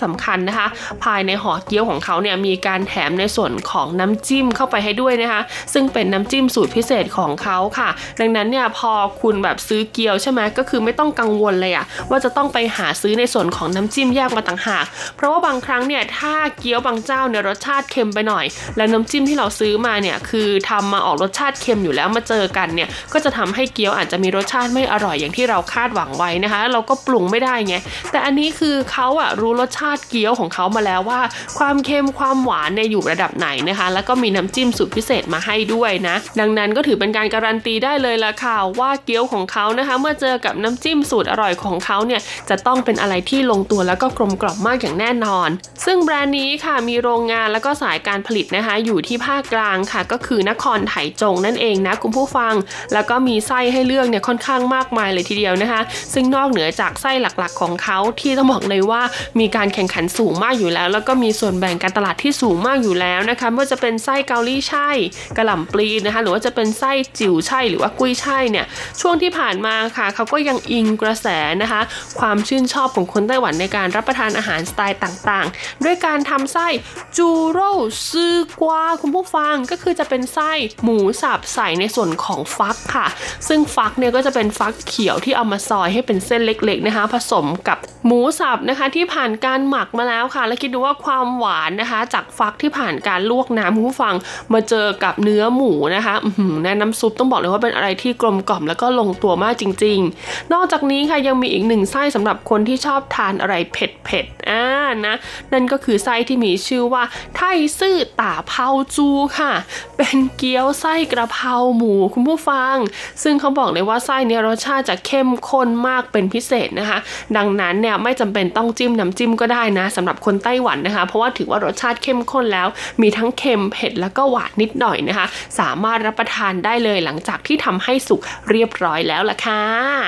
C: ำคัญนะคะภายในห่อเกี๊ยวของเขาเนี่ยมีการแถมในส่วนของน้ำจิ้มเข้าไปให้ด้วยนะคะซึ่งเป็นน้ำจิ้มสูตรพิเศษของเขาค่ะดังนั้นเนี่ยพอคุณแบบซื้อเกี๊ยวใช่ไหมก็คือไม่ต้องกังวลเลยว่าจะต้องไปหาซื้อในส่วนของน้ำจิ้มแยกมาต่างหากเพราะว่าบางครั้งเนี่ยถ้าเกี๊ยวบางเจ้าเนี่ยรสชาติเค็มไปหน่อยแล้วน้ำจิ้มที่เราซื้อมาเนี่ยคือทำมาออกรสชาติเค็มอยู่แล้วมาเจอกันเนี่ยก็จะทำให้เกี๊ยวอาจจะมีรสชาติไม่อร่อยอย่างที่เราคาดหวังไว้นะคะเราก็ปรุงไม่ได้ไงแต่อันนี้คือเขารู้รสชาติเกี๊ยวของเขามาแล้วว่าความเค็มความหวานเนี่ยอยู่ระดับไหนนะคะแล้วก็มีน้ำจิ้มสูตรพิเศษมาให้ด้วยนะดังนั้นก็ถือเป็นการการันตีได้เลยละค่ะว่าเกี๊ยวของเขานะคะเมื่อเจอกับน้ำจิ้มสูตรอร่อยของเขาเนี่ยจะต้องเป็นอะไรที่ลงตัวแล้วก็กลมกล่อมมากอย่างแน่นอนซึ่งแบรนด์นี้ค่ะมีโรงงานแล้วก็สายการผลิตนะคะอยู่ที่ภาคกลางค่ะก็คือนครไถจงนั่นเองนะคุณผู้ฟังแล้วก็มีไส้ให้เลือกเนี่ยค่อนข้างมากมายเลยทีเดียวนะคะซึ่งนอกเหนือจากไส้หลักๆของเขาที่ต้องบอกเลยว่ามีการแข่งขันสูงมากอยู่แล้วแล้วก็มีส่วนแบ่งการตลาดที่สูงมากอยู่แล้วนะคะไม่ว่าจะเป็นไส้เกาหลีไช่กะหล่ำปลีนะคะหรือว่าจะเป็นไส้จิ๋วไช่หรือว่ากุ้ยไช่เนี่ยช่วงที่ผ่านมาค่ะเขาก็ยังอิงกระแสนะคะความชื่นชอบของคนไต้หวันในการรับประทานอาหารสไตล์ต่างๆด้วยการทำไส้จูโร่ซือกวาคุณผู้ฟังก็คือจะเป็นไส้หมูสับใส่ในส่วนของฟักค่ะซึ่งฟักเนี่ยก็จะเป็นฟักเขียวที่เอามาซอยให้เป็นเส้นเล็กๆนะคะผสมกับหมูสับนะคะที่ผ่านการหมักมาแล้วค่ะแล้วคิดดูว่าความหวานนะคะจากฟักที่ผ่านการลวกน้ำคุณผู้ฟังมาเจอกับเนื้อหมูนะคะน้ำซุปต้องบอกเลยว่าเป็นอะไรที่กลมกล่อมแล้วก็ลงตัวมากจริงๆนอกจากนี้ค่ะยังมีอีกหนึ่งไส้สำหรับคนที่ชอบทานอะไรเผ็ดนะนั่นก็คือไส้ที่มีชื่อว่าไทซื่อต่าเผาจูค่ะเป็นเกี๊ยวไส้กระเพราหมูคุณผู้ฟังซึ่งเขาบอกเลยว่าไส้เนี่ยรสชาติจะเข้มข้นมากเป็นพิเศษนะคะดังนั้นเนี่ยไม่จำเป็นต้องจิ้มน้ำจิ้มก็ได้นะสำหรับคนไต้หวันนะคะเพราะว่าถือว่ารสชาติเข้มข้นแล้วมีทั้งเค็มเผ็ดแล้วก็หวานนิดหน่อยนะคะสามารถรับประทานได้เลยหลังจากที่ทำให้สุกเรียบร้อยแล้วล่ะค่ะ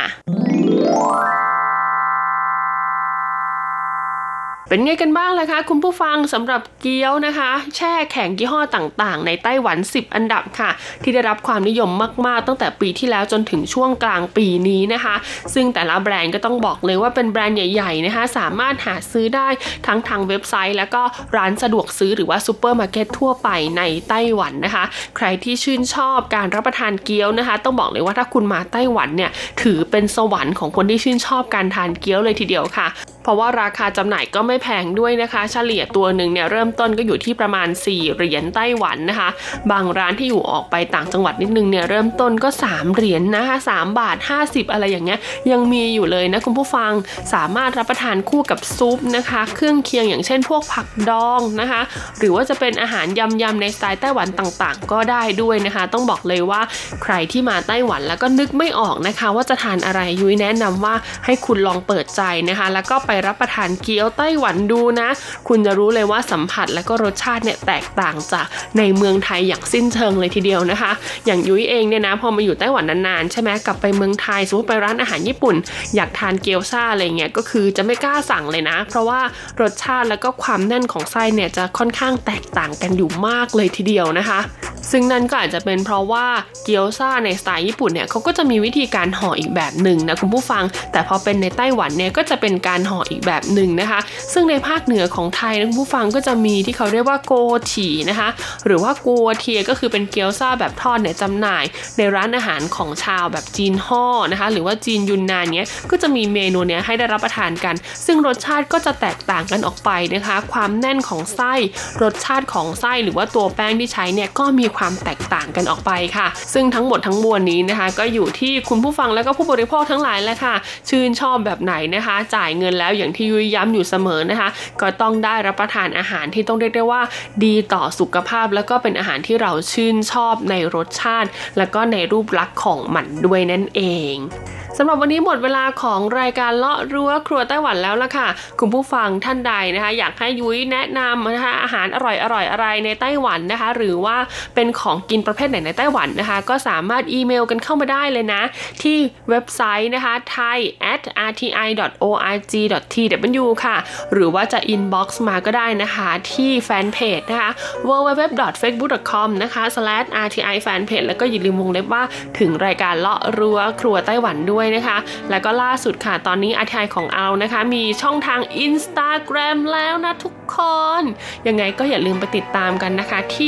C: เป็นไงกันบ้างล่ะคะคุณผู้ฟังสำหรับเกี๊ยวนะคะแช่แข็งยี่ห้อต่างๆในไต้หวัน10อันดับค่ะที่ได้รับความนิยมมากๆตั้งแต่ปีที่แล้วจนถึงช่วงกลางปีนี้นะคะซึ่งแต่ละแบรนด์ก็ต้องบอกเลยว่าเป็นแบรนด์ใหญ่ๆนะคะสามารถหาซื้อได้ทั้งทางเว็บไซต์แล้วก็ร้านสะดวกซื้อหรือว่าซูเปอร์มาร์เก็ตทั่วไปในไต้หวันนะคะใครที่ชื่นชอบการรับประทานเกี๊ยวนะคะต้องบอกเลยว่าถ้าคุณมาไต้หวันเนี่ยถือเป็นสวรรค์ของคนที่ชื่นชอบการทานเกี๊ยวเลยทีเดียวค่ะเพราะว่าราคาจำหน่ายก็ไม่แพงด้วยนะคะเฉลี่ยตัวหนึ่งเนี่ยเริ่มต้นก็อยู่ที่ประมาณ4เหรียญไต้หวันนะคะบางร้านที่อยู่ออกไปต่างจังหวัดนิดนึงเนี่ยเริ่มต้นก็3เหรียญนะคะ3.50 บาทอะไรอย่างเงี้ยยังมีอยู่เลยนะคุณผู้ฟังสามารถรับประทานคู่กับซุปนะคะเครื่องเคียงอย่างเช่นพวกผักดองนะคะหรือว่าจะเป็นอาหารยำในสไตล์ไต้หวันต่างๆก็ได้ด้วยนะคะต้องบอกเลยว่าใครที่มาไต้หวันแล้วก็นึกไม่ออกนะคะว่าจะทานอะไรยุ้ยแนะนำว่าให้คุณลองเปิดใจนะคะแล้วก็ไปรับประทานเกี๊ยวไต้หวันดูนะคุณจะรู้เลยว่าสัมผัสและก็รสชาติเนี่ยแตกต่างจากในเมืองไทยอย่างสิ้นเชิงเลยทีเดียวนะคะอย่างยุ้ยเองเนี่ยนะพอมาอยู่ไต้หวันนานๆใช่ไหมกลับไปเมืองไทยสมมติไปร้านอาหารญี่ปุ่นอยากทานเกี๊ยวซ่าอะไรเงี้ยก็คือจะไม่กล้าสั่งเลยนะเพราะว่ารสชาติแล้วก็ความแน่นของไส้เนี่ยจะค่อนข้างแตกต่างกันอยู่มากเลยทีเดียวนะคะซึ่งนั่นก็อาจจะเป็นเพราะว่าเกี๊ยวซ่าในสไตล์ญี่ปุ่นเนี่ยเขาก็จะมีวิธีการห่ออีกแบบหนึ่งนะคุณผู้ฟังแต่พอเป็นในไต้หวันเนี่ยก็จะเป็นการห่ออีกแบบหนึ่งนะคะซึ่งในภาคเหนือของไทยนะคุณผู้ฟังก็จะมีที่เขาเรียกว่าโกฉีนะคะหรือว่ากัวเทียก็คือเป็นเกี๊ยวซ่าแบบทอดเนี่ยจำหน่ายในร้านอาหารของชาวแบบจีนฮ่อนะคะหรือว่าจีนยุนนานเนี้ยก็จะมีเมนูเนี้ยให้ได้รับประทานกันซึ่งรสชาติก็จะแตกต่างกันออกไปนะคะความแน่นของไส้รสชาติของไส้หรือว่าตัวแป้งที่ใช้เนี่ยก็มีความแตกต่างกันออกไปค่ะซึ่งทั้งหมดทั้งมวลนี้นะคะก็อยู่ที่คุณผู้ฟังแล้วก็ผู้บริโภคทั้งหลายแหละค่ะชื่นชอบแบบไหนนะคะจ่ายเงินแล้วอย่างที่ยุ้ยย้ำอยู่เสมอนะคะก็ต้องได้รับประทานอาหารที่ต้องเรียกได้ว่าดีต่อสุขภาพแล้วก็เป็นอาหารที่เราชื่นชอบในรสชาติแล้วก็ในรูปลักษณ์ของมันด้วยนั่นเองสำหรับวันนี้หมดเวลาของรายการเลาะรั้วครัวไต้หวันแล้วล่ะค่ะคุณผู้ฟังท่านใดนะคะอยากให้ยุ้ยแนะนำนะคะอาหารอร่อยอะไรในไต้หวันนะคะหรือว่าเป็นของกินประเภทไหนในไต้หวันนะคะก็สามารถอีเมลกันเข้ามาได้เลยนะที่เว็บไซต์นะคะ thai@rti.org.tw ค่ะหรือว่าจะอินบ็อกซ์มาก็ได้นะคะที่แฟนเพจนะคะ www.facebook.com นะคะ /rti fanpage แล้วก็อย่าลืมวงเล็บว่าถึงรายการเลาะรั้วครัวไต้หวันด้วยด้วยนะคะแล้วก็ล่าสุดค่ะตอนนี้ RTI ของเรานะคะมีช่องทาง Instagram แล้วนะทุกคนยังไงก็อย่าลืมไปติดตามกันนะคะที่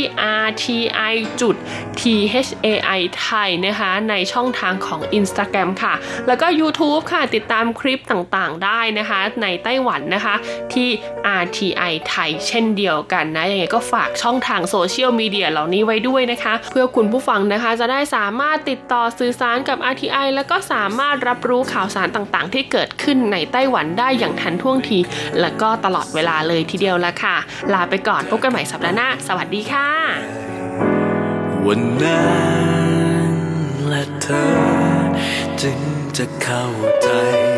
C: RTI.THAI ไทยนะคะในช่องทางของ Instagram ค่ะแล้วก็ YouTube ค่ะติดตามคลิปต่างๆได้นะคะในไต้หวันนะคะที่ RTI ไทยเช่นเดียวกันนะยังไงก็ฝากช่องทางโซเชียลมีเดียเหล่านี้ไว้ด้วยนะคะเพื่อคุณผู้ฟังนะคะจะได้สามารถติดต่อสื่อสารกับ RTI แล้วก็สามารถรับรู้ข่าวสารต่างๆที่เกิดขึ้นในไต้หวันได้อย่างทันท่วงทีและก็ตลอดเวลาเลยทีเดียวละค่ะลาไปก่อนพบกันใหม่สัปดาห์หน้าสวัสดีค่ะ
E: วันนั้นและเธอจึงจะเข้าใจ